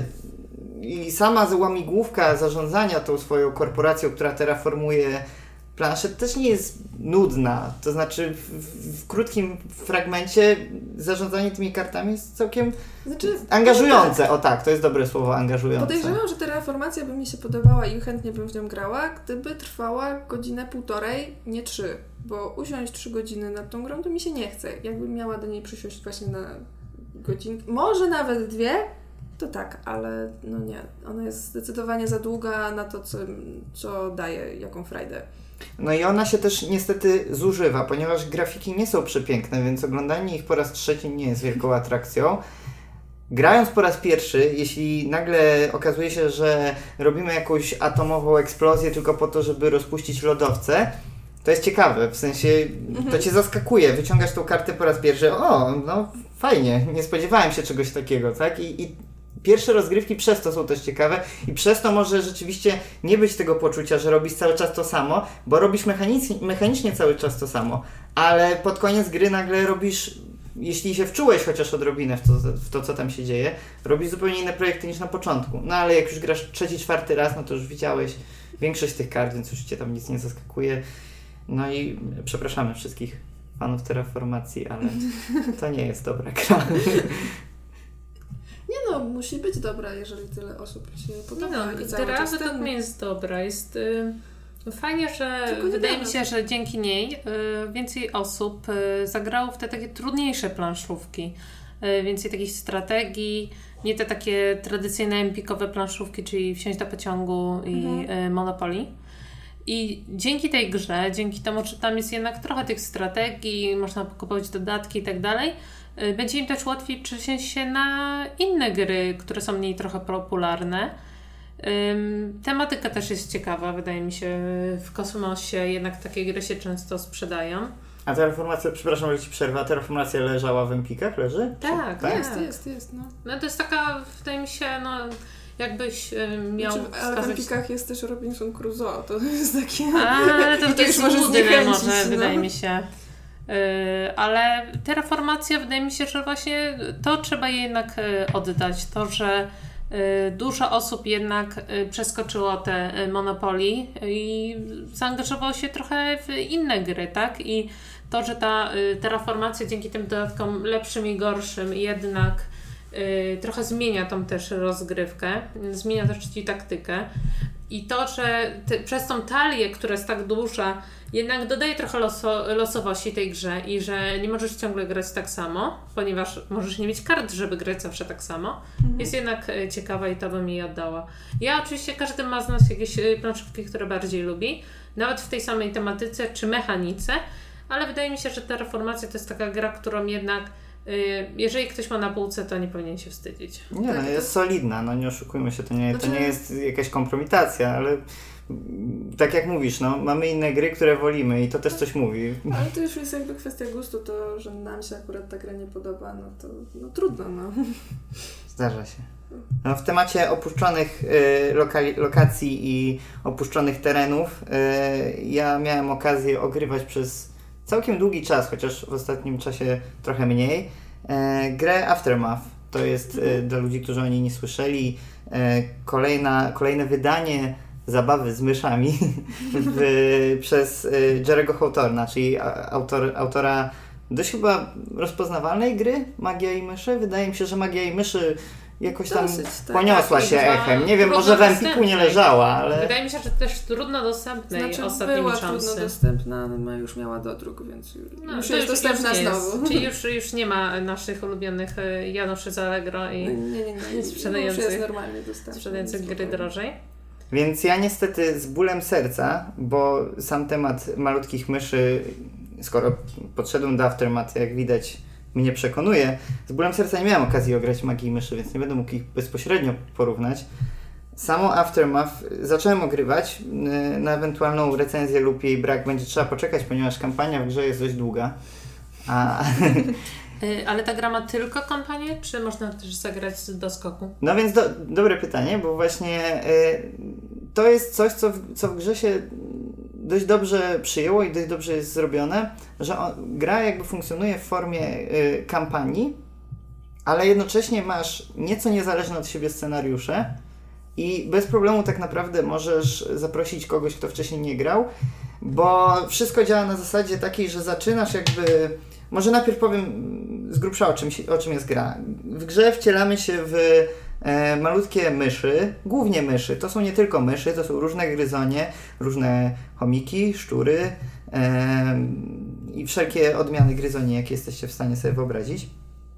i sama łamigłówka zarządzania tą swoją korporacją, która terraformuje planszę, też nie jest nudna. To znaczy w, w, w krótkim fragmencie zarządzanie tymi kartami jest całkiem Znaczy, angażujące. O tak, to jest dobre słowo, angażujące. Podejrzewam, że Terraformacja by mi się podobała i chętnie bym w nią grała, gdyby trwała godzinę, półtorej, nie trzy. Bo usiąść trzy godziny nad tą grą to mi się nie chce. Jakbym miała do niej przysiąść właśnie na godzinkę, może nawet dwie, to tak, ale no nie. Ona jest zdecydowanie za długa na to, co, co daje jaką frajdę. No i ona się też niestety zużywa, ponieważ grafiki nie są przepiękne, więc oglądanie ich po raz trzeci nie jest wielką atrakcją. Grając po raz pierwszy, jeśli nagle okazuje się, że robimy jakąś atomową eksplozję tylko po to, żeby rozpuścić lodowce, to jest ciekawe, w sensie to cię zaskakuje, wyciągasz tą kartę po raz pierwszy, o, no fajnie, nie spodziewałem się czegoś takiego, tak? I, i pierwsze rozgrywki przez to są też ciekawe i przez to może rzeczywiście nie być tego poczucia, że robisz cały czas to samo, bo robisz mechanicznie, mechanicznie cały czas to samo, ale pod koniec gry nagle robisz, jeśli się wczułeś chociaż odrobinę w to, w to co tam się dzieje, robisz zupełnie inne projekty niż na początku. No ale jak już grasz trzeci, czwarty raz, no to już widziałeś większość tych kart, więc już cię tam nic nie zaskakuje. No i przepraszamy wszystkich fanów Terraformacji, ale to nie jest dobra gra. Nie no, musi być dobra, jeżeli tyle osób się podoba. No, I cały gra czas według ten... mnie jest dobra. Jest y, fajnie, że Tylko nie wydaje mi damy. się, że dzięki niej y, więcej osób y, zagrało w te takie trudniejsze planszówki. Y, więcej takich strategii, nie te takie tradycyjne empikowe planszówki, czyli wsiąść do pociągu i Mhm. y, Monopoly. I dzięki tej grze, dzięki temu, że tam jest jednak trochę tych strategii, można kupować dodatki i tak dalej, będzie im też łatwiej przesiąść się na inne gry, które są mniej trochę popularne. Ym, tematyka też jest ciekawa, wydaje mi się. W kosmosie jednak takie gry się często sprzedają. A Terraformacja, przepraszam, że ci przerwę, a Terraformacja leżała w Empikach? Leży? Tak, tak? Jest, jest, jest, no. No to jest taka, wydaje mi się, no jakbyś ym, miał Znaczy, ale w wskazać... Empikach jest też Robinson Crusoe, to jest takie... A, ale to, I to jest może nudne zniechęcić, może, no. wydaje mi się. Yy, ale Terraformacja, wydaje mi się, że właśnie to trzeba jej jednak yy, oddać. To, że yy, dużo osób jednak yy, przeskoczyło te yy, Monopoly i zaangażowało się trochę w inne gry, tak? I to, że ta yy, Terraformacja dzięki tym dodatkom lepszym i gorszym jednak yy, trochę zmienia tą też rozgrywkę, zmienia też i taktykę. I to, że ty, przez tą talię, która jest tak duża, jednak dodaje trochę loso, losowości tej grze i że nie możesz ciągle grać tak samo, ponieważ możesz nie mieć kart, żeby grać zawsze tak samo. Mhm. Jest jednak e, ciekawa i to bym jej oddała. Ja oczywiście, każdy ma z nas jakieś e, planszówki, które bardziej lubi, nawet w tej samej tematyce czy mechanice, ale wydaje mi się, że Terraformacja to jest taka gra, którą jednak jeżeli ktoś ma na półce, to nie powinien się wstydzić. Nie, Tak, no jest solidna, no nie oszukujmy się, to nie, Znaczy... to nie jest jakaś kompromitacja, ale tak jak mówisz, no mamy inne gry, które wolimy i to też coś mówi. Ale to już jest jakby kwestia gustu, to, że nam się akurat ta gra nie podoba, no to no, trudno, no. Zdarza się. No, w temacie opuszczonych y, lokali- lokacji i opuszczonych terenów y, ja miałem okazję ogrywać przez całkiem długi czas, chociaż w ostatnim czasie trochę mniej, y, grę Aftermath. To jest y, dla ludzi, którzy o niej nie słyszeli, y, kolejna, kolejne wydanie zabawy z myszami w, przez y, Jerry'ego Hawthorna, czyli autor, autora dość chyba rozpoznawalnej gry Magia i myszy. Wydaje mi się, że Magia i myszy jakoś tam Dosyć, tak, poniosła tak, się echem. Nie wiem, może w Empiku nie leżała, ale... Wydaje mi się, że też trudno dostępnej znaczy, ostatnimi była czasy. trudno dostępna, no już miała dodruk, więc no, już jest dostępna już znowu. Jest. Czyli już, już nie ma naszych ulubionych Januszy z Allegro i nie, nie, nie, nie. sprzedających, już jest normalnie dostępna, sprzedających gry drożej. Więc ja niestety z bólem serca, bo sam temat malutkich myszy, skoro podszedłem do Aftermath, jak widać, mnie przekonuje, z bólem serca nie miałem okazji ograć Magii i myszy, więc nie będę mógł ich bezpośrednio porównać. Samo Aftermath zacząłem ogrywać, na ewentualną recenzję lub jej brak będzie trzeba poczekać, ponieważ kampania w grze jest dość długa. A... Ale ta gra ma tylko kampanię, czy można też zagrać do skoku? No więc do, dobre pytanie, bo właśnie y, to jest coś, co w, co w grze się dość dobrze przyjęło i dość dobrze jest zrobione, że on, gra jakby funkcjonuje w formie y, kampanii, ale jednocześnie masz nieco niezależne od siebie scenariusze i bez problemu tak naprawdę możesz zaprosić kogoś, kto wcześniej nie grał, bo wszystko działa na zasadzie takiej, że zaczynasz jakby... Może najpierw powiem z grubsza o czym, o czym jest gra. W grze wcielamy się w e, malutkie myszy, głównie myszy. To są nie tylko myszy, to są różne gryzonie, różne chomiki, szczury e, i wszelkie odmiany gryzoni, jakie jesteście w stanie sobie wyobrazić.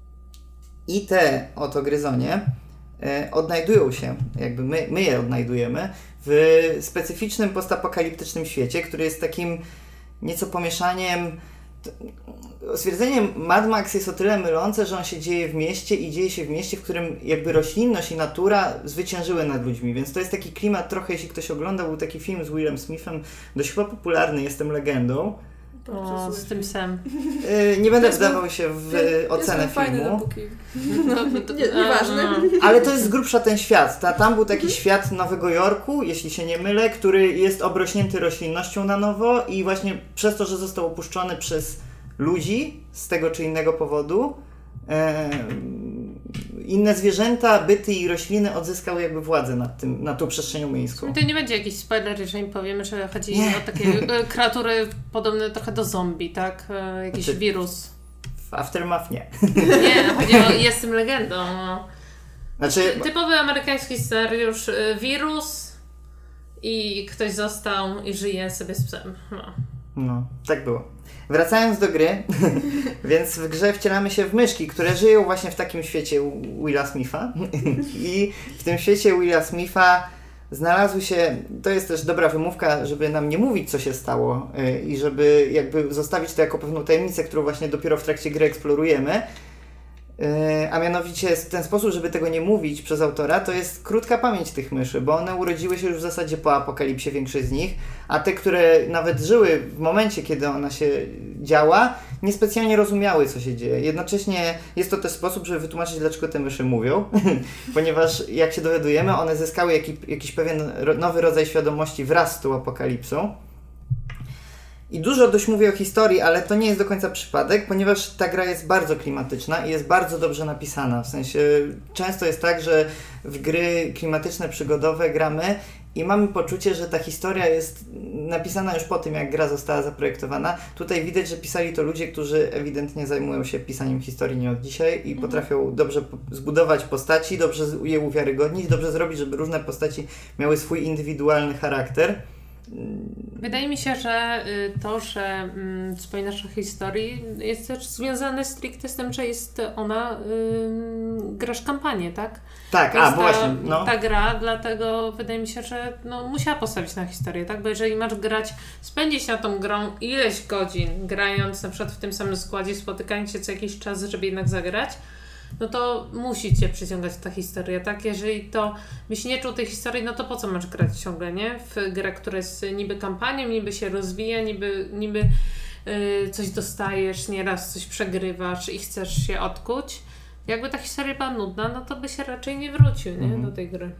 I te oto gryzonie e, odnajdują się, jakby my, my je odnajdujemy w specyficznym postapokaliptycznym świecie, który jest takim nieco pomieszaniem. Stwierdzenie Mad Max jest o tyle mylące, że on się dzieje w mieście i dzieje się w mieście, w którym jakby roślinność i natura zwyciężyły nad ludźmi, więc to jest taki klimat trochę, jeśli ktoś oglądał, był taki film z Willem Smithem, dość chyba popularny, Jestem legendą. O, z tym sam. Yy, nie będę wdawał się w jest, ocenę jest filmu. Dopóki... No, to, nie, nieważne. Ale to jest z grubsza ten świat. Ta, tam był taki świat Nowego Jorku, jeśli się nie mylę, który jest obrośnięty roślinnością na nowo i właśnie przez to, że został opuszczony przez ludzi z tego czy innego powodu, e, inne zwierzęta, byty i rośliny odzyskały jakby władzę nad, tym, nad tą przestrzenią miejską. To nie będzie jakiś spoiler, jeżeli powiemy, że chodzi nie. o takie kreatury podobne trochę do zombie, tak? Jakiś znaczy, wirus. W Aftermath nie. Nie, chodzi o Jestem legendą. Znaczy, typowy amerykański scenariusz, wirus i ktoś został i żyje sobie z psem. No, no tak było. Wracając do gry, więc w grze wcielamy się w myszki, które żyją właśnie w takim świecie Willa Smitha i w tym świecie Willa Smitha znalazły się, to jest też dobra wymówka, żeby nam nie mówić, co się stało yy, i żeby jakby zostawić to jako pewną tajemnicę, którą właśnie dopiero w trakcie gry eksplorujemy. Yy, a mianowicie ten sposób, żeby tego nie mówić przez autora, to jest krótka pamięć tych myszy, bo one urodziły się już w zasadzie po apokalipsie, większość z nich, a te, które nawet żyły w momencie, kiedy ona się działa, niespecjalnie rozumiały, co się dzieje. Jednocześnie jest to też sposób, żeby wytłumaczyć, dlaczego te myszy mówią, ponieważ jak się dowiadujemy, one zyskały jaki, jakiś pewien ro, nowy rodzaj świadomości wraz z tą apokalipsą. I dużo dość mówię o historii, ale to nie jest do końca przypadek, ponieważ ta gra jest bardzo klimatyczna i jest bardzo dobrze napisana. W sensie często jest tak, że w gry klimatyczne, przygodowe gramy i mamy poczucie, że ta historia jest napisana już po tym, jak gra została zaprojektowana. Tutaj widać, że pisali to ludzie, którzy ewidentnie zajmują się pisaniem historii nie od dzisiaj i mhm. potrafią dobrze zbudować postaci, dobrze je uwiarygodnić, dobrze zrobić, żeby różne postaci miały swój indywidualny charakter. Wydaje mi się, że to, że mm, wspominasz o historii, jest też związane stricte z tym, że jest ona, ym, grasz kampanię, tak? Tak, to a, jest bo ta, właśnie, no. ta gra, dlatego wydaje mi się, że no, musiała postawić na historię, tak? Bo jeżeli masz grać, spędzić na tą grą ileś godzin, grając na przykład w tym samym składzie, spotykając się co jakiś czas, żeby jednak zagrać, no to musi Cię przyciągać ta historia, tak? Jeżeli to byś nie czuł tej historii, no to po co masz grać ciągle, nie? W grę, która jest niby kampanią, niby się rozwija, niby, niby yy, coś dostajesz, nieraz coś przegrywasz i chcesz się odkuć. Jakby ta historia była nudna, no to by się raczej nie wrócił, nie? Mhm. do tej gry.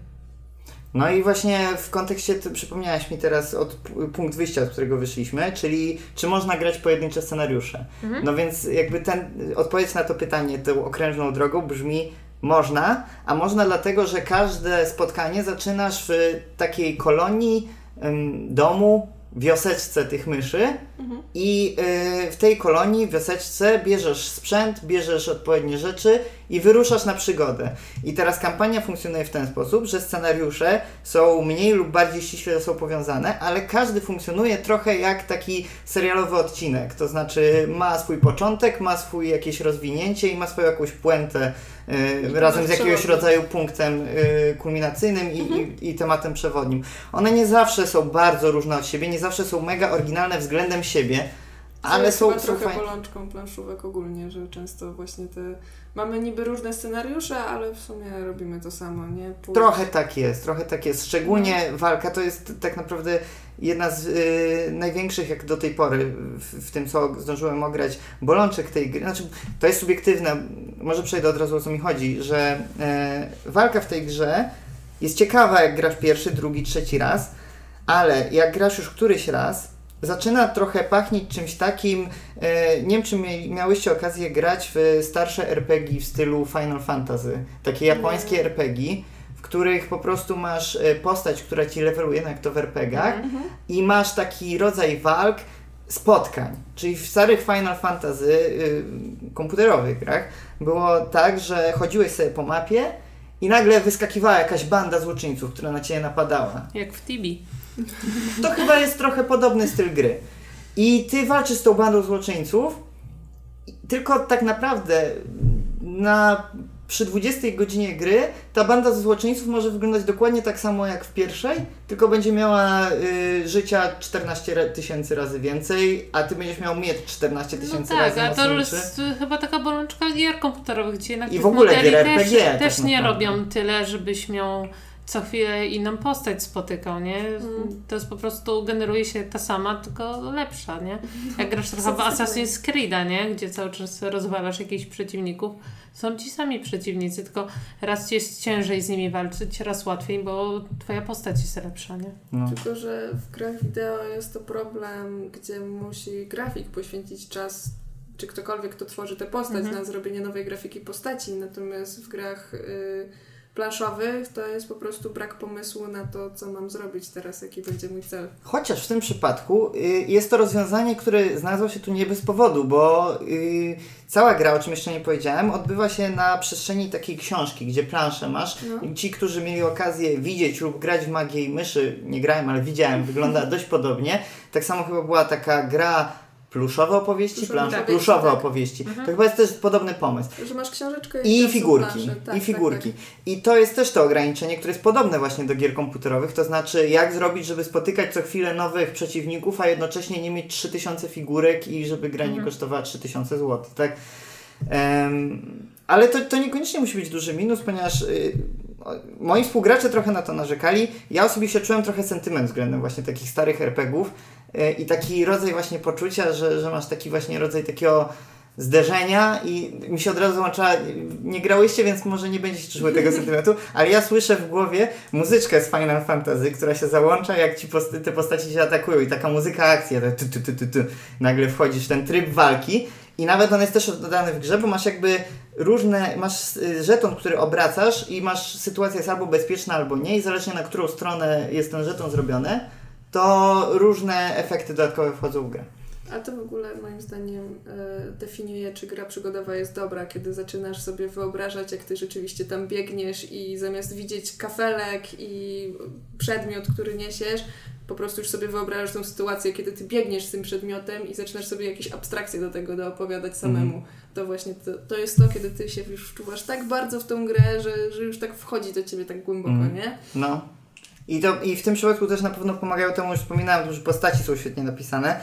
No i właśnie w kontekście, ty przypomniałaś mi teraz od punkt wyjścia, z którego wyszliśmy, czyli czy można grać pojedyncze scenariusze. Mhm. No więc jakby ten, odpowiedź na to pytanie tą okrężną drogą brzmi można, a można dlatego, że każde spotkanie zaczynasz w takiej kolonii, ym, domu, wioseczce tych myszy mhm. i yy, w tej kolonii, wioseczce bierzesz sprzęt, bierzesz odpowiednie rzeczy i wyruszasz na przygodę. I teraz kampania funkcjonuje w ten sposób, że scenariusze są mniej lub bardziej ściśle ze sobą powiązane, ale każdy funkcjonuje trochę jak taki serialowy odcinek, to znaczy ma swój początek, ma swój jakieś rozwinięcie i ma swoją jakąś puentę yy, razem z jakiegoś rodzaju punktem yy, kulminacyjnym i, mhm. i, i tematem przewodnim. One nie zawsze są bardzo różne od siebie, nie zawsze są mega oryginalne względem siebie, ale jest są... chyba trochę fajne. bolączką planszówek ogólnie, że często właśnie te... Mamy niby różne scenariusze, ale w sumie robimy to samo, nie? Pójść. Trochę tak jest, trochę tak jest. Szczególnie no. walka to jest tak naprawdę jedna z y, największych jak do tej pory w, w tym, co zdążyłem ograć, bolączek tej gry. Znaczy, to jest subiektywne, może przejdę od razu o co mi chodzi, że y, walka w tej grze jest ciekawa jak grasz pierwszy, drugi, trzeci raz, ale jak grasz już któryś raz, zaczyna trochę pachnieć czymś takim, e, nie wiem czy miałyście okazję grać w starsze er pe gie w stylu Final Fantasy, takie japońskie nie. er pe gie, w których po prostu masz postać, która ci leveluje, no jak to w er pe gach mhm. i masz taki rodzaj walk, spotkań, czyli w starych Final Fantasy y, komputerowych grach było tak, że chodziłeś sobie po mapie i nagle wyskakiwała jakaś banda złoczyńców, która na ciebie napadała. Jak w Tibi. To chyba jest trochę podobny styl gry. I ty walczysz z tą bandą złoczyńców, tylko tak naprawdę na, przy dwudziestej godzinie gry ta banda złoczyńców może wyglądać dokładnie tak samo jak w pierwszej, tylko będzie miała y, życia czternaście tysięcy razy więcej, a ty będziesz miał mieć czternaście tysięcy no tak, razy mocniejszy. Tak, a to jest chyba taka bolączka gier komputerowych, gdzie jednak i w ogóle gier er pe gie też, też tak nie robią tyle, żebyś miał co chwilę inną postać spotykał, nie? Mm. To jest po prostu, generuje się ta sama, tylko lepsza, nie? Jak grasz trochę w Assassin's Creed'a, nie? Gdzie cały czas rozwalasz jakichś przeciwników, są ci sami przeciwnicy, tylko raz ci jest ciężej z nimi walczyć, raz łatwiej, bo twoja postać jest lepsza, nie? No. Tylko, że w grach wideo jest to problem, gdzie musi grafik poświęcić czas, czy ktokolwiek, kto tworzy tę postać, mm-hmm. na zrobienie nowej grafiki postaci, natomiast w grach y- planszowych to jest po prostu brak pomysłu na to, co mam zrobić teraz, jaki będzie mój cel. Chociaż w tym przypadku y, jest to rozwiązanie, które znalazło się tu nie bez powodu, bo y, cała gra, o czym jeszcze nie powiedziałem, odbywa się na przestrzeni takiej książki, gdzie planszę masz. No. Ci, którzy mieli okazję widzieć lub grać w Magię i Myszy, nie grałem, ale widziałem, wygląda dość podobnie. Tak samo chyba była taka gra pluszowe opowieści, pluszowe, plansze, tak, pluszowe tak. opowieści. Mhm. To chyba jest też podobny pomysł. Że masz książeczkę i, i figurki. Plansze. Tak, I figurki. Tak, tak. I to jest też to ograniczenie, które jest podobne właśnie do gier komputerowych, to znaczy jak zrobić, żeby spotykać co chwilę nowych przeciwników, a jednocześnie nie mieć trzy tysiące figurek i żeby gra nie mhm. kosztowała trzy tysiące złotych, tak? Um, ale to, to niekoniecznie musi być duży minus, ponieważ y, moi współgracze trochę na to narzekali. Ja osobiście czułem trochę sentyment względem właśnie takich starych er pe gów y, i taki rodzaj właśnie poczucia, że, że masz taki właśnie rodzaj takiego zderzenia i mi się od razu załącza, nie grałyście, więc może nie będziecie czuły tego sentymentu, ale ja słyszę w głowie muzyczkę z Final Fantasy, która się załącza, jak ci post- te postaci się atakują i taka muzyka akcji, tu, tu, tu, tu, tu. Nagle wchodzisz w ten tryb walki i nawet on jest też dodany w grze, bo masz jakby różne, masz żeton, który obracasz i masz sytuacja jest albo bezpieczna, albo nie i zależnie na którą stronę jest ten żeton zrobiony, to różne efekty dodatkowe wchodzą w grę. A to w ogóle moim zdaniem e, definiuje, czy gra przygodowa jest dobra, kiedy zaczynasz sobie wyobrażać, jak ty rzeczywiście tam biegniesz i zamiast widzieć kafelek i przedmiot, który niesiesz, po prostu już sobie wyobrażasz tą sytuację, kiedy ty biegniesz z tym przedmiotem i zaczynasz sobie jakieś abstrakcje do tego doopowiadać samemu. Mm. To właśnie to, to jest to, kiedy ty się już wczuwasz tak bardzo w tą grę, że, że już tak wchodzi do ciebie tak głęboko, mm. nie? No. I, to, I w tym przypadku też na pewno pomagają temu, już wspominałem, że postaci są świetnie napisane,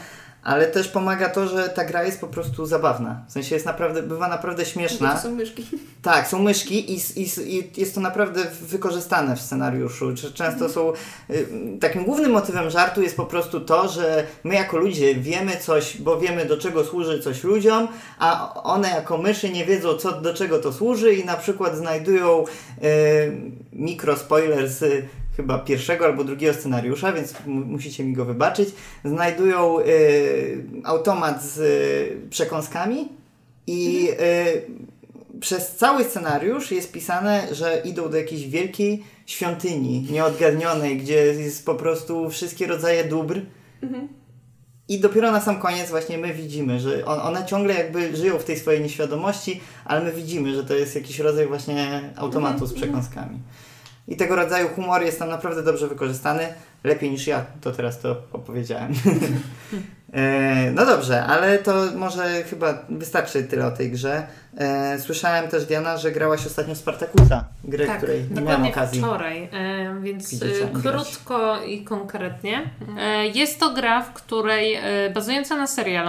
ale też pomaga to, że ta gra jest po prostu zabawna. W sensie jest naprawdę, bywa naprawdę śmieszna. To są myszki. Tak, są myszki i, i, i jest to naprawdę wykorzystane w scenariuszu. Często mm. są... Y, takim głównym motywem żartu jest po prostu to, że my jako ludzie wiemy coś, bo wiemy do czego służy coś ludziom, a one jako myszy nie wiedzą co, do czego to służy i na przykład znajdują y, mikro spoiler z chyba pierwszego albo drugiego scenariusza, więc m- musicie mi go wybaczyć. Znajdują y, automat z y, przekąskami i y, przez cały scenariusz jest pisane, że idą do jakiejś wielkiej świątyni nieodgadnionej, gdzie jest po prostu wszystkie rodzaje dóbr. Mhm. I dopiero na sam koniec właśnie my widzimy, że on, one ciągle jakby żyją w tej swojej nieświadomości, ale my widzimy, że to jest jakiś rodzaj właśnie automatu mhm. z przekąskami. I tego rodzaju humor jest tam naprawdę dobrze wykorzystany. Lepiej niż ja to teraz to opowiedziałem. e, no dobrze, ale to może chyba wystarczy tyle o tej grze. E, słyszałem też, Diana, że grałaś ostatnio w Spartakusa. Grę, tak, której nie miałam okazji. wczoraj, e, więc e, krótko grać. I konkretnie. E, jest to gra, w której e, bazująca na serialu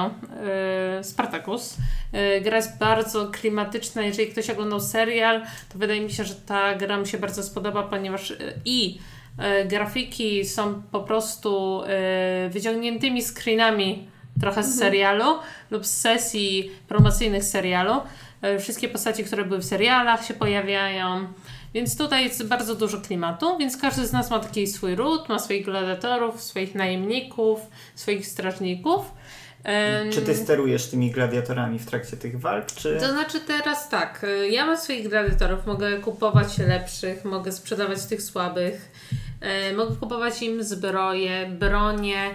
e, Spartacus. E, gra jest bardzo klimatyczna. Jeżeli ktoś oglądał serial, to wydaje mi się, że ta gra mu się bardzo spodoba, ponieważ e, i e, grafiki są po prostu e, wyciągniętymi screenami trochę z serialu lub z sesji promocyjnych serialu. Wszystkie postacie, które były w serialach, się pojawiają, więc tutaj jest bardzo dużo klimatu, więc każdy z nas ma taki swój ród, ma swoich gladiatorów, swoich najemników, swoich strażników. Czy ty sterujesz tymi gladiatorami w trakcie tych walk? Czy... To znaczy teraz tak, ja mam swoich gladiatorów, mogę kupować lepszych, mogę sprzedawać tych słabych, mogę kupować im zbroje, bronie,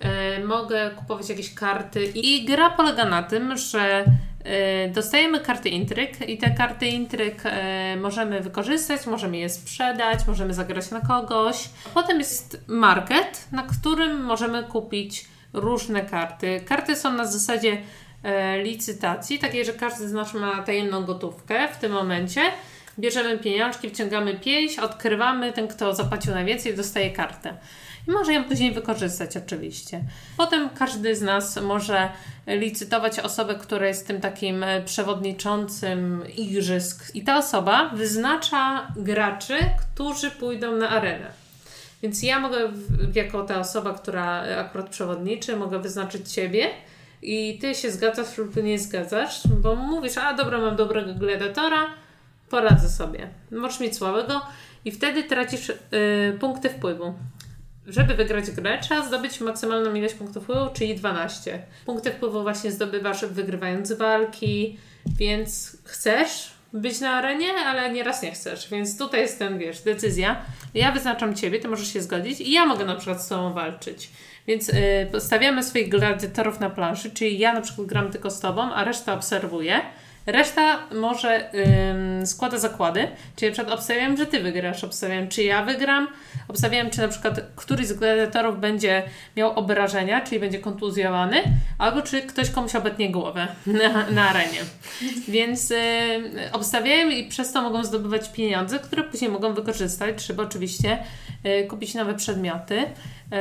mogę kupować jakieś karty i gra polega na tym, że dostajemy karty intryg i te karty intryg możemy wykorzystać, możemy je sprzedać, możemy zagrać na kogoś. Potem jest market, na którym możemy kupić różne karty. Karty są na zasadzie licytacji, takiej, że każdy z nas ma tajemną gotówkę w tym momencie. Bierzemy pieniążki, wciągamy pięść, odkrywamy, ten kto zapłacił najwięcej dostaje kartę. I może ją później wykorzystać oczywiście. Potem każdy z nas może licytować osobę, która jest tym takim przewodniczącym igrzysk. I ta osoba wyznacza graczy, którzy pójdą na arenę. Więc ja mogę, jako ta osoba, która akurat przewodniczy, mogę wyznaczyć Ciebie i Ty się zgadzasz lub nie zgadzasz, bo mówisz, a dobra, mam dobrego gladiatora, poradzę sobie. Możesz mieć słabego i wtedy tracisz yy, punkty wpływu. Żeby wygrać grę, trzeba zdobyć maksymalną ilość punktów wpływu, czyli dwanaście. Punkty wpływu właśnie zdobywasz wygrywając walki, więc chcesz być na arenie, ale nieraz nie chcesz. Więc tutaj jest ten, wiesz, decyzja. Ja wyznaczam Ciebie, Ty możesz się zgodzić i ja mogę na przykład z Tobą walczyć. Więc yy, stawiamy swoich gladiatorów na planszy, czyli ja na przykład gram tylko z Tobą, a reszta obserwuje. Reszta może ym, składa zakłady, czyli na przykład obstawiam, że Ty wygrasz, obstawiam, czy ja wygram, obstawiam, czy na przykład któryś z gladiatorów będzie miał obrażenia, czyli będzie kontuzjowany, albo czy ktoś komuś obetnie głowę na, na arenie. Więc y, obstawiają i przez to mogą zdobywać pieniądze, które później mogą wykorzystać, żeby oczywiście y, kupić nowe przedmioty, y,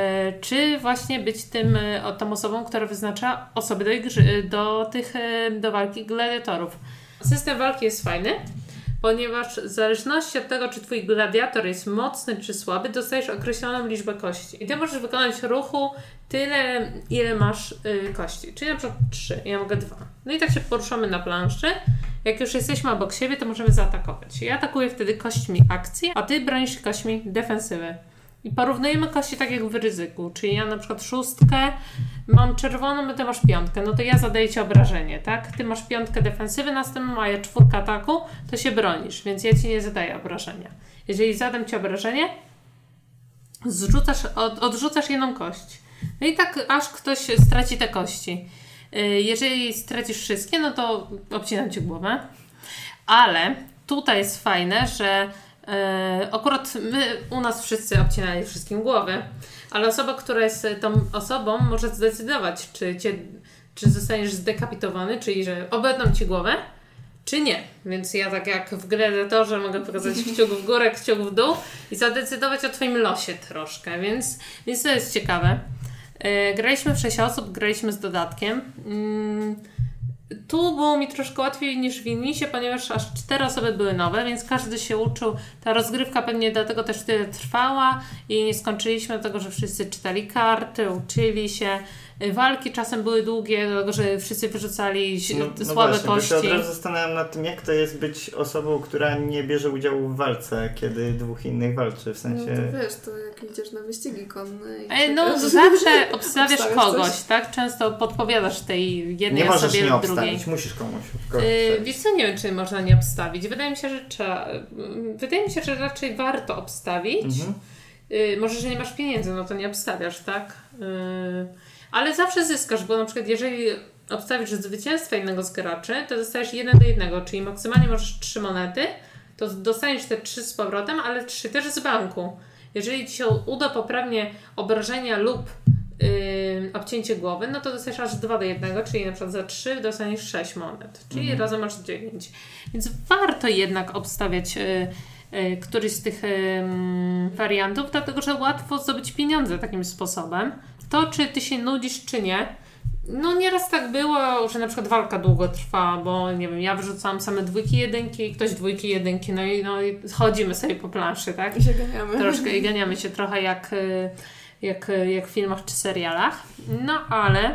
czy właśnie być tym, y, tą osobą, która wyznacza osoby do, igrzy, do tych y, do walki gladiatorów. System walki jest fajny, ponieważ w zależności od tego, czy Twój gladiator jest mocny czy słaby, dostajesz określoną liczbę kości. I Ty możesz wykonać ruchu tyle, ile masz y, kości. Czyli na przykład trzy, ja mogę dwa. No i tak się poruszamy na planszy. Jak już jesteśmy obok siebie, to możemy zaatakować. Ja atakuję wtedy kośćmi akcji, a Ty bronisz kośćmi defensywy. I porównujemy kości tak jak w ryzyku, czyli ja na przykład szóstkę mam czerwoną, Ty masz piątkę, no to ja zadaję Ci obrażenie, tak? Ty masz piątkę defensywy następną, a ja czwórkę ataku, to się bronisz, więc ja Ci nie zadaję obrażenia. Jeżeli zadam Ci obrażenie, zrzucasz, od, odrzucasz jedną kość. No i tak aż ktoś straci te kości. Jeżeli stracisz wszystkie, no to obcinam Ci głowę. Ale tutaj jest fajne, że Yy, akurat my u nas wszyscy obcinali wszystkim głowy, ale osoba, która jest tą osobą, może zdecydować, czy, cię, czy zostaniesz zdekapitowany, czyli że obetną Ci głowę, czy nie. Więc ja tak jak w Gladiatorze mogę pokazać kciuk w górę, kciuk w dół i zadecydować o Twoim losie troszkę, więc, więc to jest ciekawe. Yy, graliśmy w sześć osób, graliśmy z dodatkiem. Yy, Tu było mi troszkę łatwiej niż w Innisie, ponieważ aż cztery osoby były nowe, więc każdy się uczył. Ta rozgrywka pewnie dlatego też tyle trwała i nie skończyliśmy dlatego, że wszyscy czytali karty, uczyli się. Walki czasem były długie, dlatego że wszyscy wyrzucali no, no słabe właśnie, kości. Ja się od razu zastanawiam nad tym, jak to jest być osobą, która nie bierze udziału w walce, kiedy dwóch innych walczy, w sensie... No to wiesz, to jak idziesz na wyścigi konne i... Ej, no zawsze obstawiasz kogoś, coś? Tak? Często podpowiadasz tej jednej nie osobie możesz nie lub obstawić, drugiej. musisz komuś. Yy, wiesz co, nie wiem, czy można nie obstawić. Wydaje mi się, że trzeba... Wydaje mi się, że raczej warto obstawić. Mhm. Yy, może, że nie masz pieniędzy, no to nie obstawiasz, tak? Yy, ale zawsze zyskasz, bo na przykład jeżeli obstawisz zwycięstwo innego z graczy, to dostajesz jeden do jednego, czyli maksymalnie możesz trzy monety, to dostaniesz te trzy z powrotem, ale trzy też z banku. Jeżeli Ci się uda poprawnie obrażenia lub yy, obcięcie głowy, no to dostajesz aż dwa do jednego, czyli na przykład za trzy dostaniesz sześć monet, czyli mhm. razem masz dziewięć. Więc warto jednak obstawiać yy, yy, któryś z tych yy, wariantów, dlatego że łatwo zdobyć pieniądze takim sposobem. To, czy Ty się nudzisz, czy nie, no nieraz tak było, że na przykład walka długo trwa, bo nie wiem, ja wyrzucałam same dwójki, jedynki, ktoś dwójki, jedynki, no i, no i chodzimy sobie po planszy, tak? I się ganiamy. Troszkę i ganiamy się trochę jak, jak, jak w filmach czy serialach. No ale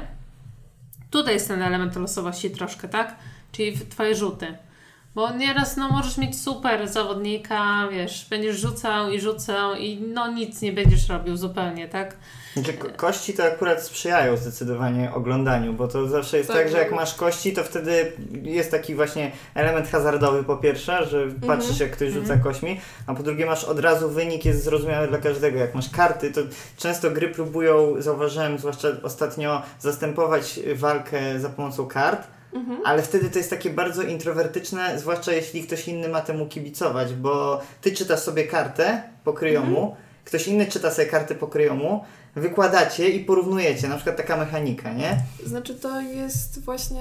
tutaj jest ten element losowości troszkę, tak? Czyli Twoje rzuty. Bo nieraz no możesz mieć super zawodnika, wiesz, będziesz rzucał i rzucał i no nic nie będziesz robił zupełnie, tak? Znaczy, ko- kości to akurat sprzyjają zdecydowanie oglądaniu, bo to zawsze jest tak, tak że jak masz kości, to wtedy jest taki właśnie element hazardowy po pierwsze, że mm-hmm. patrzysz jak ktoś rzuca mm-hmm. kośćmi, a po drugie masz od razu wynik, jest zrozumiały dla każdego. Jak masz karty, to często gry próbują, zauważyłem zwłaszcza ostatnio, zastępować walkę za pomocą kart, Mhm. ale wtedy to jest takie bardzo introwertyczne, zwłaszcza jeśli ktoś inny ma temu kibicować, bo ty czytasz sobie kartę pokryjomu, mhm. ktoś inny czyta sobie kartę pokryjomu, wykładacie i porównujecie, na przykład taka mechanika, nie? Znaczy to jest właśnie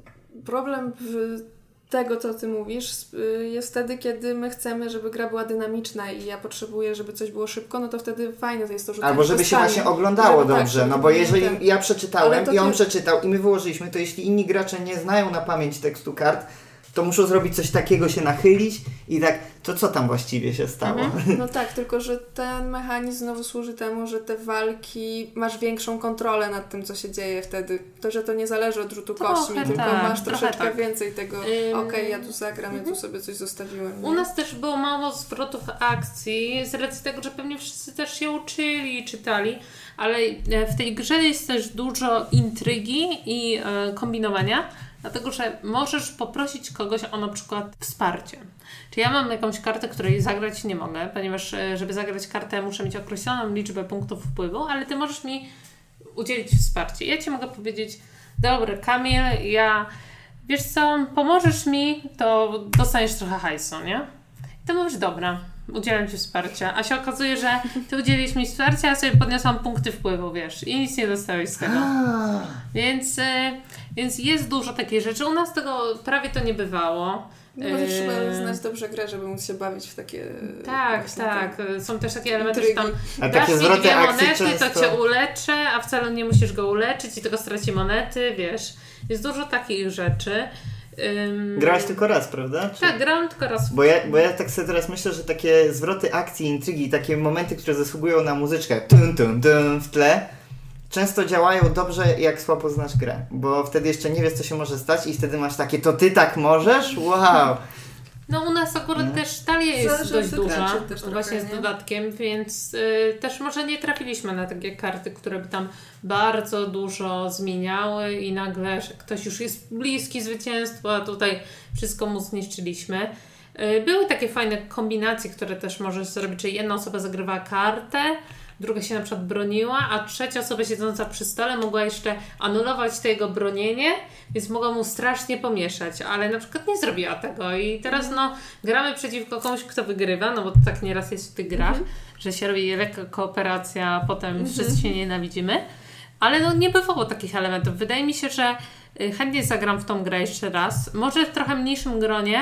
problem w tego, co ty mówisz, jest wtedy, kiedy my chcemy, żeby gra była dynamiczna i ja potrzebuję, żeby coś było szybko, no to wtedy fajne to jest to rzucanie albo żeby kostkami. się właśnie oglądało żeby dobrze, tak, no bo jeżeli ten... ja przeczytałem i on nie... przeczytał i my wyłożyliśmy, to jeśli inni gracze nie znają na pamięć tekstu kart, to muszą zrobić coś takiego, się nachylić i tak, to co tam właściwie się stało? Mhm. No tak, tylko że ten mechanizm znowu służy temu, że te walki, masz większą kontrolę nad tym, co się dzieje wtedy. To, że to nie zależy od rzutu trochę kośćmi, tylko tak, masz troszeczkę tak. więcej tego, Ym... okej, okay, ja tu zagram, mhm. ja tu sobie coś zostawiłem. Nie? U nas też było mało zwrotów akcji, z racji tego, że pewnie wszyscy też się uczyli i czytali, ale w tej grze jest też dużo intrygi i e, kombinowania, dlatego, że możesz poprosić kogoś o na przykład wsparcie. Czyli ja mam jakąś kartę, której zagrać nie mogę, ponieważ żeby zagrać kartę muszę mieć określoną liczbę punktów wpływu, ale Ty możesz mi udzielić wsparcie. Ja Ci mogę powiedzieć, dobry Kamil, ja, wiesz co, pomożesz mi, to dostaniesz trochę hajsu, nie? I Ty mówisz, dobra, udzielam Ci wsparcia, a się okazuje, że Ty udzieliłeś mi wsparcia, a ja sobie podniosłam punkty wpływu, wiesz, i nic nie dostałeś z tego. Więc, y, więc jest dużo takich rzeczy. U nas tego prawie to nie bywało. No może trzeba znać dobrze grę, żeby móc się bawić w takie... Tak, tak. Te... Są też takie elementy, że tam a dasz mi dwie monety, często... to Cię uleczę, a wcale nie musisz go uleczyć i tylko straci monety, wiesz. Jest dużo takich rzeczy. Um... Grałaś tylko raz, prawda? Czy... Tak, grałam tylko raz. Bo ja, bo ja tak sobie teraz myślę, że takie zwroty akcji, intrygi, takie momenty, które zasługują na muzyczkę tum, tum, tum, w tle, często działają dobrze, jak słabo znasz grę. Bo wtedy jeszcze nie wiesz, co się może stać i wtedy masz takie, to ty tak możesz? Wow! No u nas akurat no. też talia jest Zależy dość duża, też trochę, właśnie z nie? dodatkiem, więc y, też może nie trafiliśmy na takie karty, które by tam bardzo dużo zmieniały i nagle, że ktoś już jest bliski zwycięstwa, a tutaj wszystko mu zniszczyliśmy. Y, były takie fajne kombinacje, które też możesz zrobić, czyli jedna osoba zagrywała kartę, druga się na przykład broniła, a trzecia osoba siedząca przy stole mogła jeszcze anulować to jego bronienie, więc mogła mu strasznie pomieszać, ale na przykład nie zrobiła tego i teraz no gramy przeciwko komuś, kto wygrywa, no bo to tak nieraz jest w tych grach, mm-hmm. że się robi lekka kooperacja, a potem mm-hmm. wszyscy się nienawidzimy, ale no nie bywało takich elementów. Wydaje mi się, że chętnie zagram w tą grę jeszcze raz, może w trochę mniejszym gronie.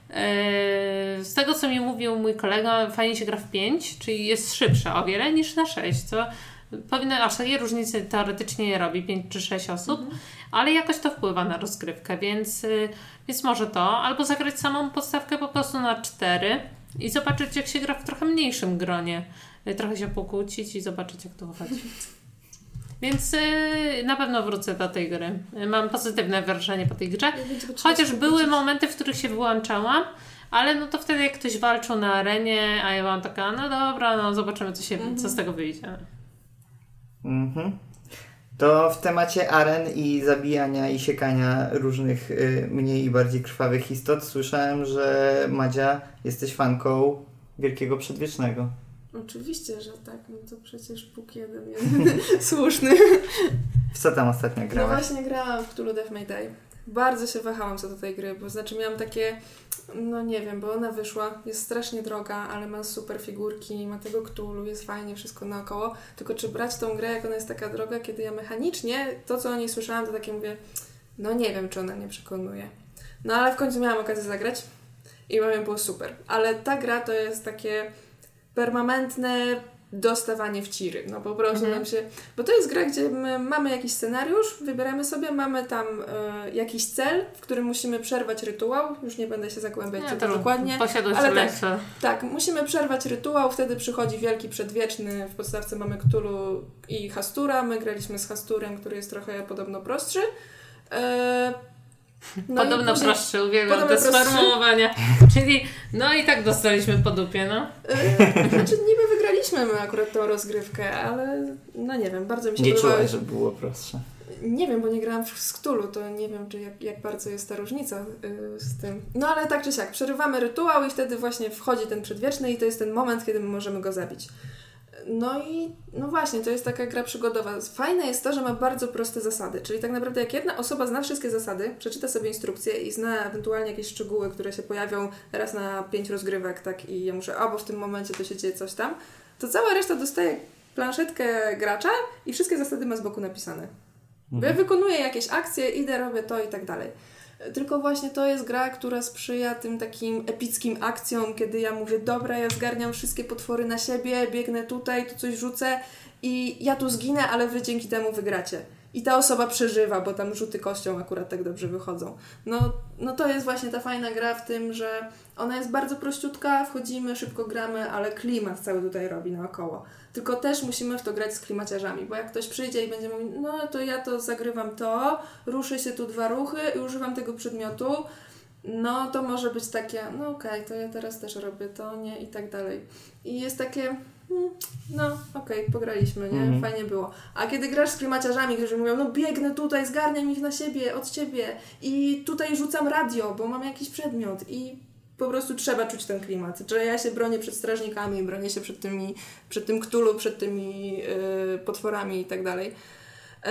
Z tego, co mi mówił mój kolega, fajnie się gra w pięć, czyli jest szybsza o wiele niż na sześć, co Powinno, aż takiej różnicy teoretycznie nie robi, pięć czy sześć osób, mhm. ale jakoś to wpływa na rozgrywkę, więc, więc może to, albo zagrać samą podstawkę po prostu na cztery i zobaczyć, jak się gra w trochę mniejszym gronie. Trochę się pokłócić i zobaczyć, jak to wychodzi. Więc yy, na pewno wrócę do tej gry. Mam pozytywne wrażenie po tej grze. Chociaż były momenty, w których się wyłączałam, ale no to wtedy jak ktoś walczył na arenie, a ja byłam taka, no dobra, no zobaczymy, co, się, mm-hmm. co z tego wyjdzie. Mhm. To w temacie aren i zabijania i siekania różnych y, mniej i bardziej krwawych istot słyszałem, że Madzia, jesteś fanką Wielkiego Przedwiecznego. Oczywiście, że tak. No to przecież Bóg jeden, jedyny słuszny. W co tam ostatnio grałaś? No właśnie grałam w Cthulhu Death May Die. Bardzo się wahałam co do tej gry, bo znaczy miałam takie, no nie wiem, bo ona wyszła, jest strasznie droga, ale ma super figurki, ma tego Cthulhu, jest fajnie, wszystko naokoło. Tylko czy brać tą grę, jak ona jest taka droga, kiedy ja mechanicznie, to co o niej słyszałam, to takie mówię, no nie wiem, czy ona mnie przekonuje. No ale w końcu miałam okazję zagrać i powiem, było super. Ale ta gra to jest takie permanentne dostawanie w ciry. No po prostu mhm. nam się... Bo to jest gra, gdzie my mamy jakiś scenariusz, wybieramy sobie, mamy tam e, jakiś cel, w którym musimy przerwać rytuał. Już nie będę się zagłębiać nie, to to dokładnie. Ale tak, tak, musimy przerwać rytuał, wtedy przychodzi Wielki Przedwieczny. W podstawce mamy Cthulhu i Hastura. My graliśmy z Hasturem, który jest trochę podobno prostszy. E, No podobno później, prostszy, uwielbiam te sformułowania. Czyli, no i tak dostaliśmy po dupie, no. Yy, znaczy niby wygraliśmy my akurat tą rozgrywkę, ale no nie wiem, bardzo mi się nie podobało. Nie czułaś, że było prostsze? Nie wiem, bo nie grałam w Cthulhu, to nie wiem, czy jak, jak bardzo jest ta różnica yy, z tym. No ale tak czy siak, przerywamy rytuał i wtedy właśnie wchodzi ten Przedwieczny i to jest ten moment, kiedy my możemy go zabić. No i no właśnie, to jest taka gra przygodowa. Fajne jest to, że ma bardzo proste zasady, czyli tak naprawdę jak jedna osoba zna wszystkie zasady, przeczyta sobie instrukcję i zna ewentualnie jakieś szczegóły, które się pojawią raz na pięć rozgrywek, tak, i ja muszę, a bo w tym momencie to się dzieje coś tam, to cała reszta dostaje planszetkę gracza i wszystkie zasady ma z boku napisane. Bo ja wykonuję jakieś akcje, idę, robię to i tak dalej. Tylko właśnie to jest gra, która sprzyja tym takim epickim akcjom, kiedy ja mówię, dobra, ja zgarniam wszystkie potwory na siebie, biegnę tutaj, tu coś rzucę i ja tu zginę, ale wy dzięki temu wygracie. I ta osoba przeżywa, bo tam rzuty kością akurat tak dobrze wychodzą. No, no to jest właśnie ta fajna gra w tym, że ona jest bardzo prościutka, wchodzimy, szybko gramy, ale klimat cały tutaj robi naokoło. Tylko też musimy w to grać z klimaciarzami, bo jak ktoś przyjdzie i będzie mówił, no to ja to zagrywam to, ruszę się tu dwa ruchy i używam tego przedmiotu, no to może być takie, no okej, okay, to ja teraz też robię to, nie, i tak dalej. I jest takie, hmm, no okej, okay, pograliśmy, nie, mm. fajnie było. A kiedy grasz z klimaciarzami, którzy mówią, no biegnę tutaj, zgarniam ich na siebie, od ciebie i tutaj rzucam radio, bo mam jakiś przedmiot i po prostu trzeba czuć ten klimat, że ja się bronię przed strażnikami, bronię się przed tymi, przed tym Cthulhu, przed tymi yy, potworami i tak dalej. Yy,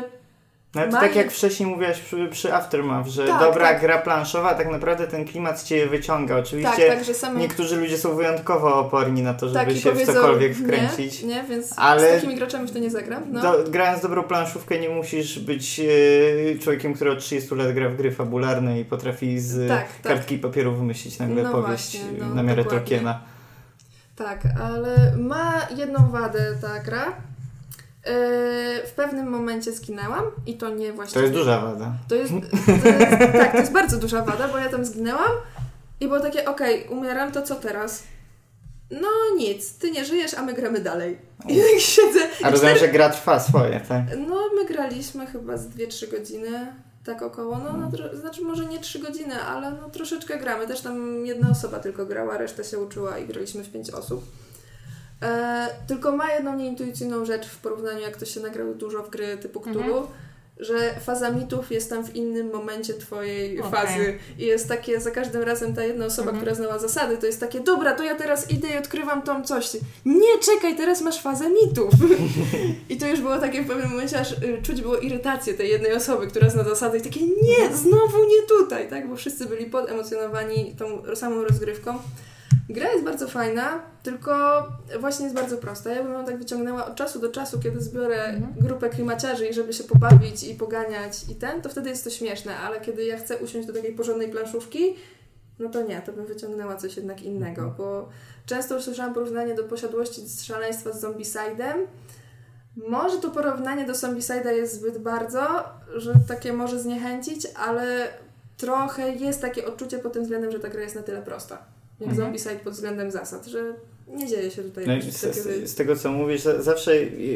No to tak jak wcześniej mówiłaś przy, przy Aftermath, że tak, dobra tak. gra planszowa, tak naprawdę ten klimat cię wyciąga. Oczywiście tak, tak, że same... niektórzy ludzie są wyjątkowo oporni na to, żeby tak, się powiedzą, w cokolwiek wkręcić. Nie, nie, więc ale z takimi graczami w to nie zagram. No. Do, grając dobrą planszówkę nie musisz być e, człowiekiem, który od trzydziestu lat gra w gry fabularne i potrafi z tak, kartki tak. papieru wymyślić nagle no powieść właśnie, no, na miarę dokładnie. Tolkiena. Tak, ale ma jedną wadę ta gra. Yy, w pewnym momencie zginęłam i to nie właściwie... To jest duża wada. To jest, to jest, tak, to jest bardzo duża wada, bo ja tam zginęłam i było takie, okej, okay, umieram, to co teraz? No nic, ty nie żyjesz, a my gramy dalej. I tak siedzę... A rozumiem, cztery... że gra trwa swoje, tak? No my graliśmy chyba z dwie trzy godziny, tak około, no, no tro... znaczy może nie trzy godziny, ale no troszeczkę gramy. Też tam jedna osoba tylko grała, reszta się uczyła i graliśmy w pięć osób. E, tylko ma jedną nieintuicyjną rzecz w porównaniu, jak to się nagrało dużo w gry typu Cthulhu, mhm. że faza mitów jest tam w innym momencie twojej okay. fazy i jest takie, za każdym razem ta jedna osoba, mhm. która znała zasady, to jest takie, dobra, to ja teraz idę i odkrywam tam coś. Nie, czekaj, teraz masz fazę mitów. I to już było takie w pewnym momencie, aż y, czuć było irytację tej jednej osoby, która zna zasady i takie, nie, znowu nie tutaj, tak, bo wszyscy byli podemocjonowani tą samą rozgrywką. Gra jest bardzo fajna, tylko właśnie jest bardzo prosta. Ja bym ją tak wyciągnęła od czasu do czasu, kiedy zbiorę mhm. grupę klimaciarzy i żeby się pobawić i poganiać i ten, to wtedy jest to śmieszne, ale kiedy ja chcę usiąść do takiej porządnej planszówki, no to nie, to bym wyciągnęła coś jednak innego, bo często już słyszałam porównanie do Posiadłości z Szaleństwa z Zombicide'em, Może tu porównanie do Zombicide'a jest zbyt bardzo, że takie może zniechęcić, ale trochę jest takie odczucie pod tym względem, że ta gra jest na tyle prosta. Jak mhm. Zombicide pod względem zasad, że nie dzieje się tutaj no nic z, z, z tego co mówisz, zawsze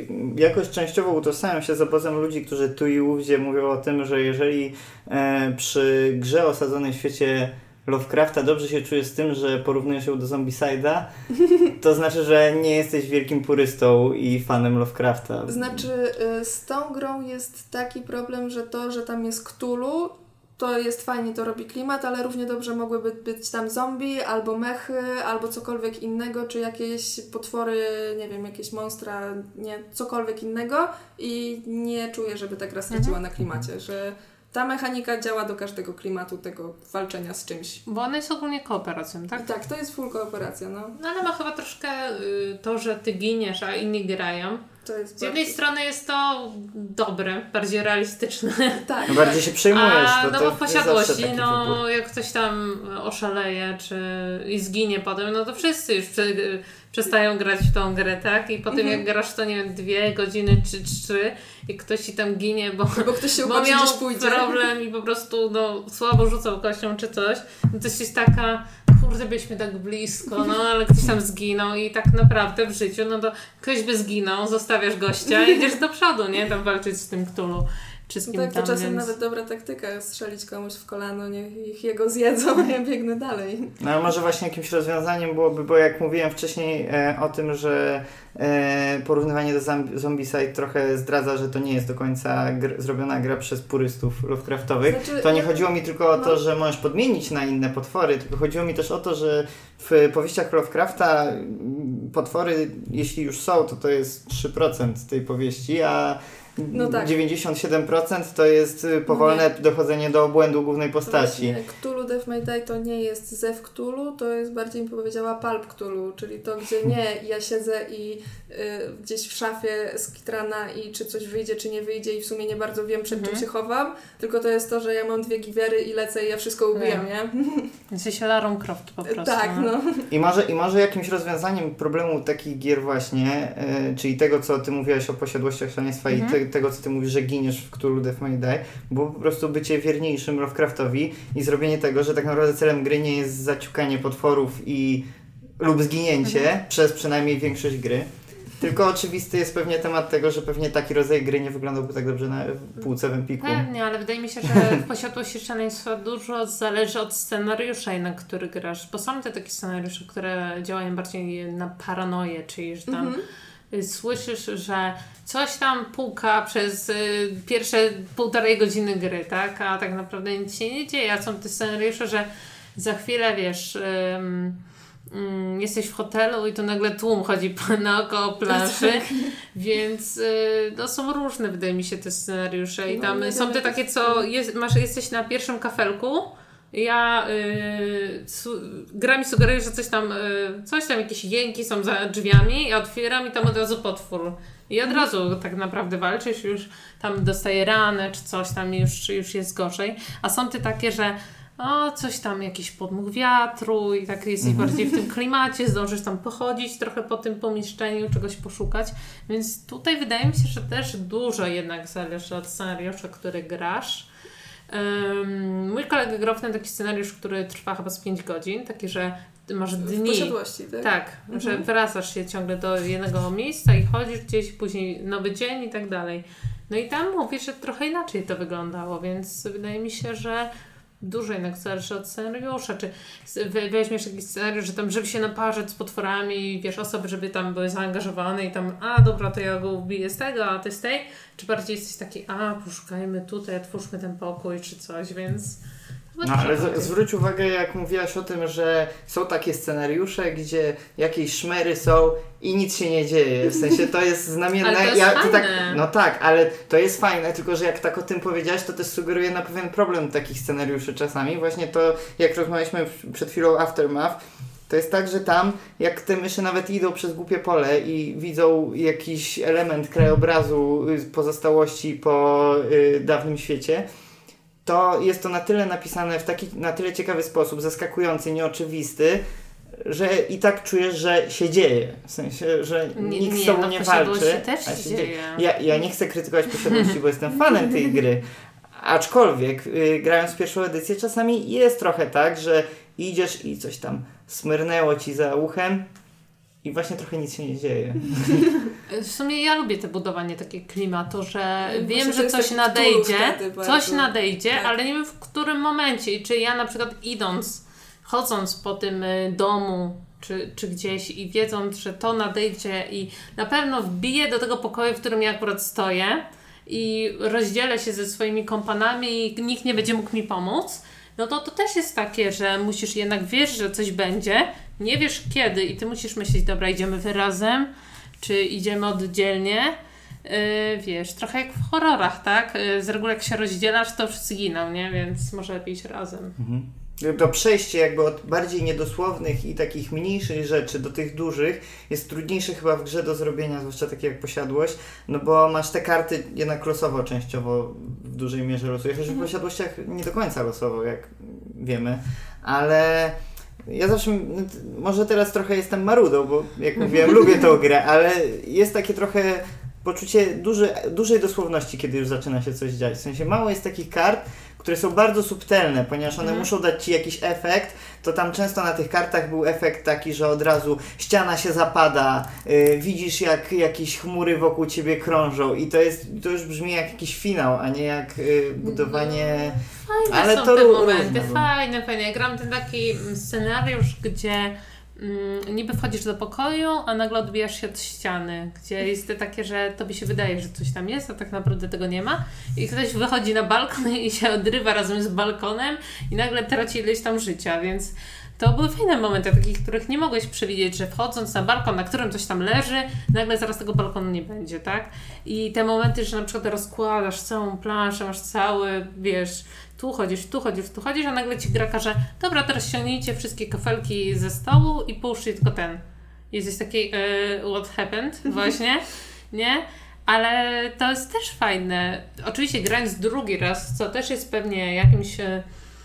jakoś częściowo utożsamiam się z obozem ludzi, którzy tu i ówdzie mówią o tym, że jeżeli e, przy grze osadzonej w świecie Lovecrafta dobrze się czujesz z tym, że porównujesz ją do Zombicide'a, to znaczy, że nie jesteś wielkim purystą i fanem Lovecrafta. Znaczy, z tą grą jest taki problem, że to, że tam jest Cthulhu, to jest fajnie, to robi klimat, ale równie dobrze mogłyby być tam zombie, albo mechy, albo cokolwiek innego, czy jakieś potwory, nie wiem, jakieś monstra, nie, cokolwiek innego i nie czuję, żeby ta gra straciła mhm. na klimacie, że ta mechanika działa do każdego klimatu tego walczenia z czymś. Bo ona jest ogólnie kooperacją, tak? I tak, to jest full kooperacja, no. No ale ma chyba troszkę y, to, że ty giniesz, a inni grają. To jest z jednej bardzo... strony jest to dobre, bardziej realistyczne. Tak. No bardziej się przejmujesz. A, to, no to bo w posiadłości, no wybór. Jak ktoś tam oszaleje, czy i zginie potem, no to wszyscy już prze, przestają grać w tą grę, tak? I potem jak grasz to, nie wiem, dwie godziny czy trzy i ktoś ci tam ginie, bo, bo ktoś się bo miał pójdzie. problem i po prostu no, słabo rzucał kością czy coś, no to jest taka, kurde, byliśmy tak blisko, no ale ktoś tam zginął i tak naprawdę w życiu, no to ktoś by zginął, zostawiasz gościa i idziesz do przodu, nie? Tam walczyć z tym Cthulhu. Czy z kim no tak, tam, to czasem więc... nawet dobra taktyka, strzelić komuś w kolano, niech ich jego zjedzą, a ja biegnę dalej. No ale może właśnie jakimś rozwiązaniem byłoby, bo jak mówiłem wcześniej e, o tym, że e, porównywanie do Zombicide trochę zdradza, że to nie jest do końca gr- zrobiona gra przez purystów Lovecraftowych, znaczy, to nie ja... chodziło mi tylko o to, no. że możesz podmienić na inne potwory, tylko chodziło mi też o to, że w powieściach Lovecrafta potwory, jeśli już są, to to jest trzy procent tej powieści, a no tak. dziewięćdziesiąt siedem procent to jest powolne nie. dochodzenie do obłędu głównej postaci. Właśnie, Cthulhu Death May Die to nie jest Zew Cthulhu, to jest bardziej mi powiedziała Pulp Cthulhu, czyli to, gdzie nie ja siedzę i y, gdzieś w szafie skitrana i czy coś wyjdzie, czy nie wyjdzie i w sumie nie bardzo wiem, przed mhm. czym się chowam, tylko to jest to, że ja mam dwie giwery i lecę i ja wszystko ubijam, nie? Jesteś Larą Croft po prostu. Tak, no. I może, i może jakimś rozwiązaniem problemu takich gier właśnie, y, czyli tego, co ty mówiłaś o posiadłościach szaleństwa mhm. i te, tego, co ty mówisz, że giniesz w Cthulhu Death May Die, było po prostu bycie wierniejszym Lovecraftowi i zrobienie tego, że tak naprawdę celem gry nie jest zaciukanie potworów i lub zginięcie mhm. przez przynajmniej większość gry. Tylko oczywisty jest pewnie temat tego, że pewnie taki rodzaj gry nie wyglądałby tak dobrze na półce w Empiku. Pewnie, ale wydaje mi się, że w posiadłości szaleństwa dużo zależy od scenariusza, na który grasz, bo są te takie scenariusze, które działają bardziej na paranoję, czyli że tam mhm. słyszysz, że coś tam puka przez y, pierwsze półtorej godziny gry, tak? A tak naprawdę nic się nie dzieje. A są te scenariusze, że za chwilę, wiesz, y, y, jesteś w hotelu i to nagle tłum chodzi naokoło planszy, więc y, no, są różne, wydaje mi się, te scenariusze. I tam no, są te takie, co jest, masz, jesteś na pierwszym kafelku. Ja y, su, gra mi sugeruje, że coś tam, y, coś tam, jakieś jęki są za drzwiami, ja otwieram i tam od razu potwór. I od razu tak naprawdę walczysz, już tam dostaje ranę, czy coś tam, już, już jest gorzej. A są te takie, że o, coś tam, jakiś podmuch wiatru i tak jesteś mm. bardziej w tym klimacie, zdążysz tam pochodzić trochę po tym pomieszczeniu, czegoś poszukać. Więc tutaj wydaje mi się, że też dużo jednak zależy od scenariusza, który grasz. Um, mój kolega grał w ten taki scenariusz, który trwa chyba z pięć godzin, taki, że masz dni. W posiadłości, tak? Tak, mhm. że wracasz się ciągle do jednego miejsca i chodzisz gdzieś, później nowy dzień i tak dalej. No i tam mówisz, że trochę inaczej to wyglądało, więc wydaje mi się, że dużo jednak zależy od scenariusza. Czy weźmiesz jakiś scenariusz, że tam żeby się naparzać z potworami, wiesz, osoby, żeby tam były zaangażowane i tam, a dobra, to ja go ubiję z tego, a ty z tej. Czy bardziej jesteś taki, a poszukajmy tutaj, otwórzmy ten pokój, czy coś, więc... No ale z- zwróć uwagę, jak mówiłaś o tym, że są takie scenariusze, gdzie jakieś szmery są i nic się nie dzieje. W sensie to jest znamienne. Ale to jest ja, fajne. To tak, no tak, ale to jest fajne, tylko że jak tak o tym powiedziałaś, to też sugeruje na pewien problem takich scenariuszy czasami. Właśnie to, jak rozmawialiśmy przed chwilą Aftermath, to jest tak, że tam, jak te myszy nawet idą przez głupie pole i widzą jakiś element krajobrazu, pozostałości po y, dawnym świecie, to jest to na tyle napisane w taki na tyle ciekawy sposób, zaskakujący, nieoczywisty, że i tak czujesz, że się dzieje. W sensie, że Nie, nikt nie, z tobą no nie Posiadłości walczy. też a się się dzieje. dzieje. Ja, ja nie chcę krytykować Posiadłości, bo jestem fanem tej gry. Aczkolwiek y, grając pierwszą edycję czasami jest trochę tak, że idziesz i coś tam smyrnęło ci za uchem i właśnie trochę nic się nie dzieje. W sumie ja lubię te budowanie takie klimatu, że Właśnie wiem, to że jest coś taki nadejdzie, wtedy coś bardzo. nadejdzie, Tak. ale nie wiem w którym momencie. I czy ja na przykład idąc, chodząc po tym y, domu, czy, czy gdzieś i wiedząc, że to nadejdzie i na pewno wbiję do tego pokoju, w którym ja akurat stoję i rozdzielę się ze swoimi kompanami i nikt nie będzie mógł mi pomóc, no to to też jest takie, że musisz jednak wiesz, że coś będzie, nie wiesz kiedy i ty musisz myśleć, dobra, idziemy wy razem, czy idziemy oddzielnie. Yy, wiesz, trochę jak w horrorach, tak? Yy, z reguły jak się rozdzielasz, to wszyscy giną, nie? Więc może lepiej iść razem. Mhm. To przejście jakby od bardziej niedosłownych i takich mniejszych rzeczy do tych dużych jest trudniejsze chyba w grze do zrobienia, zwłaszcza takie jak Posiadłość, no bo masz te karty jednak losowo częściowo w dużej mierze losujesz, chociaż w Posiadłościach nie do końca losowo, jak wiemy, ale ja zawsze, no, może teraz trochę jestem marudą, bo jak mówiłem, lubię tą grę, ale jest takie trochę poczucie duży, dużej dosłowności, kiedy już zaczyna się coś dziać. W sensie mało jest takich kart, które są bardzo subtelne, ponieważ one Mhm. muszą dać ci jakiś efekt, to tam często na tych kartach był efekt taki, że od razu ściana się zapada, yy, widzisz jak jakieś chmury wokół ciebie krążą i to jest, to już brzmi jak jakiś finał, a nie jak yy, budowanie... Fajne Ale są to te ró- momenty, różne, bo- fajne, fajne. Ja gram ten taki scenariusz, gdzie mm, niby wchodzisz do pokoju, a nagle odbijasz się od ściany, gdzie jest to takie, że tobie się wydaje, że coś tam jest, a tak naprawdę tego nie ma i ktoś wychodzi na balkon i się odrywa razem z balkonem i nagle traci ileś tam życia, więc to były fajne momenty, takich, których nie mogłeś przewidzieć, że wchodząc na balkon, na którym coś tam leży, nagle zaraz tego balkonu nie będzie, tak? I te momenty, że na przykład rozkładasz całą planszę, masz cały, wiesz, tu chodzisz, tu chodzisz, tu chodzisz, a nagle ci gra każe, dobra, teraz ściągnijcie wszystkie kafelki ze stołu i połóżcie tylko ten. I jesteś taki, yy, what happened? Właśnie, nie? Ale to jest też fajne. Oczywiście grając drugi raz, co też jest pewnie jakimś yy,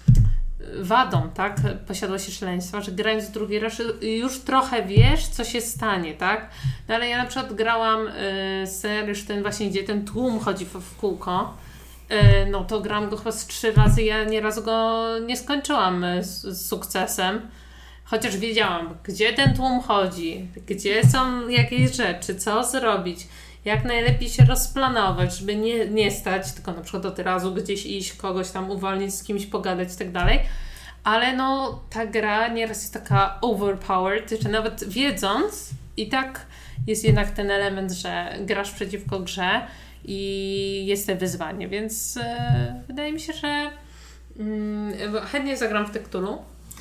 wadą, tak? Posiadłości szaleństwa, że grając drugi raz już trochę wiesz, co się stanie, tak? No ale ja na przykład grałam yy, scenariusz ten właśnie, gdzie ten tłum chodzi w, w kółko. No to gram go chyba z trzy razy, ja nieraz go nie skończyłam z, z sukcesem, chociaż wiedziałam, gdzie ten tłum chodzi, gdzie są jakieś rzeczy, co zrobić, jak najlepiej się rozplanować, żeby nie, nie stać, tylko na przykład od razu gdzieś iść, kogoś tam uwolnić, z kimś pogadać i tak dalej, ale no ta gra nieraz jest taka overpowered, że nawet wiedząc i tak jest jednak ten element, że grasz przeciwko grze, i jest to wyzwanie, więc e, wydaje mi się, że mm, chętnie zagram w Cthulhu,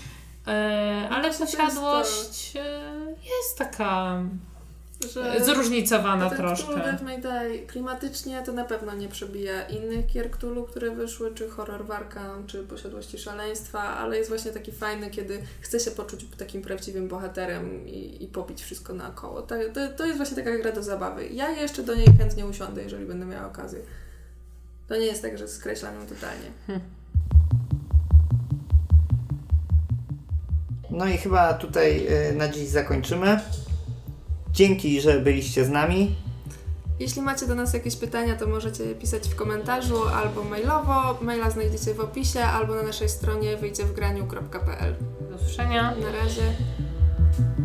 e, ale Posiadłość e, jest taka Że zróżnicowana ten troszkę. Cthulhu Death May Die klimatycznie to na pewno nie przebija innych gier Cthulhu, które wyszły, czy Horror Warkam, czy Posiadłości Szaleństwa, ale jest właśnie taki fajny, kiedy chce się poczuć takim prawdziwym bohaterem i, i pobić wszystko naokoło. To, to, to jest właśnie taka gra do zabawy. Ja jeszcze do niej chętnie usiądę, jeżeli będę miała okazję. To nie jest tak, że skreślam ją totalnie. Hmm. No i chyba tutaj y, na dziś zakończymy. Dzięki, że byliście z nami. Jeśli macie do nas jakieś pytania, to możecie je pisać w komentarzu albo mailowo. Maila znajdziecie w opisie albo na naszej stronie wyjdziewgraniu kropka p l. Do usłyszenia. Na razie.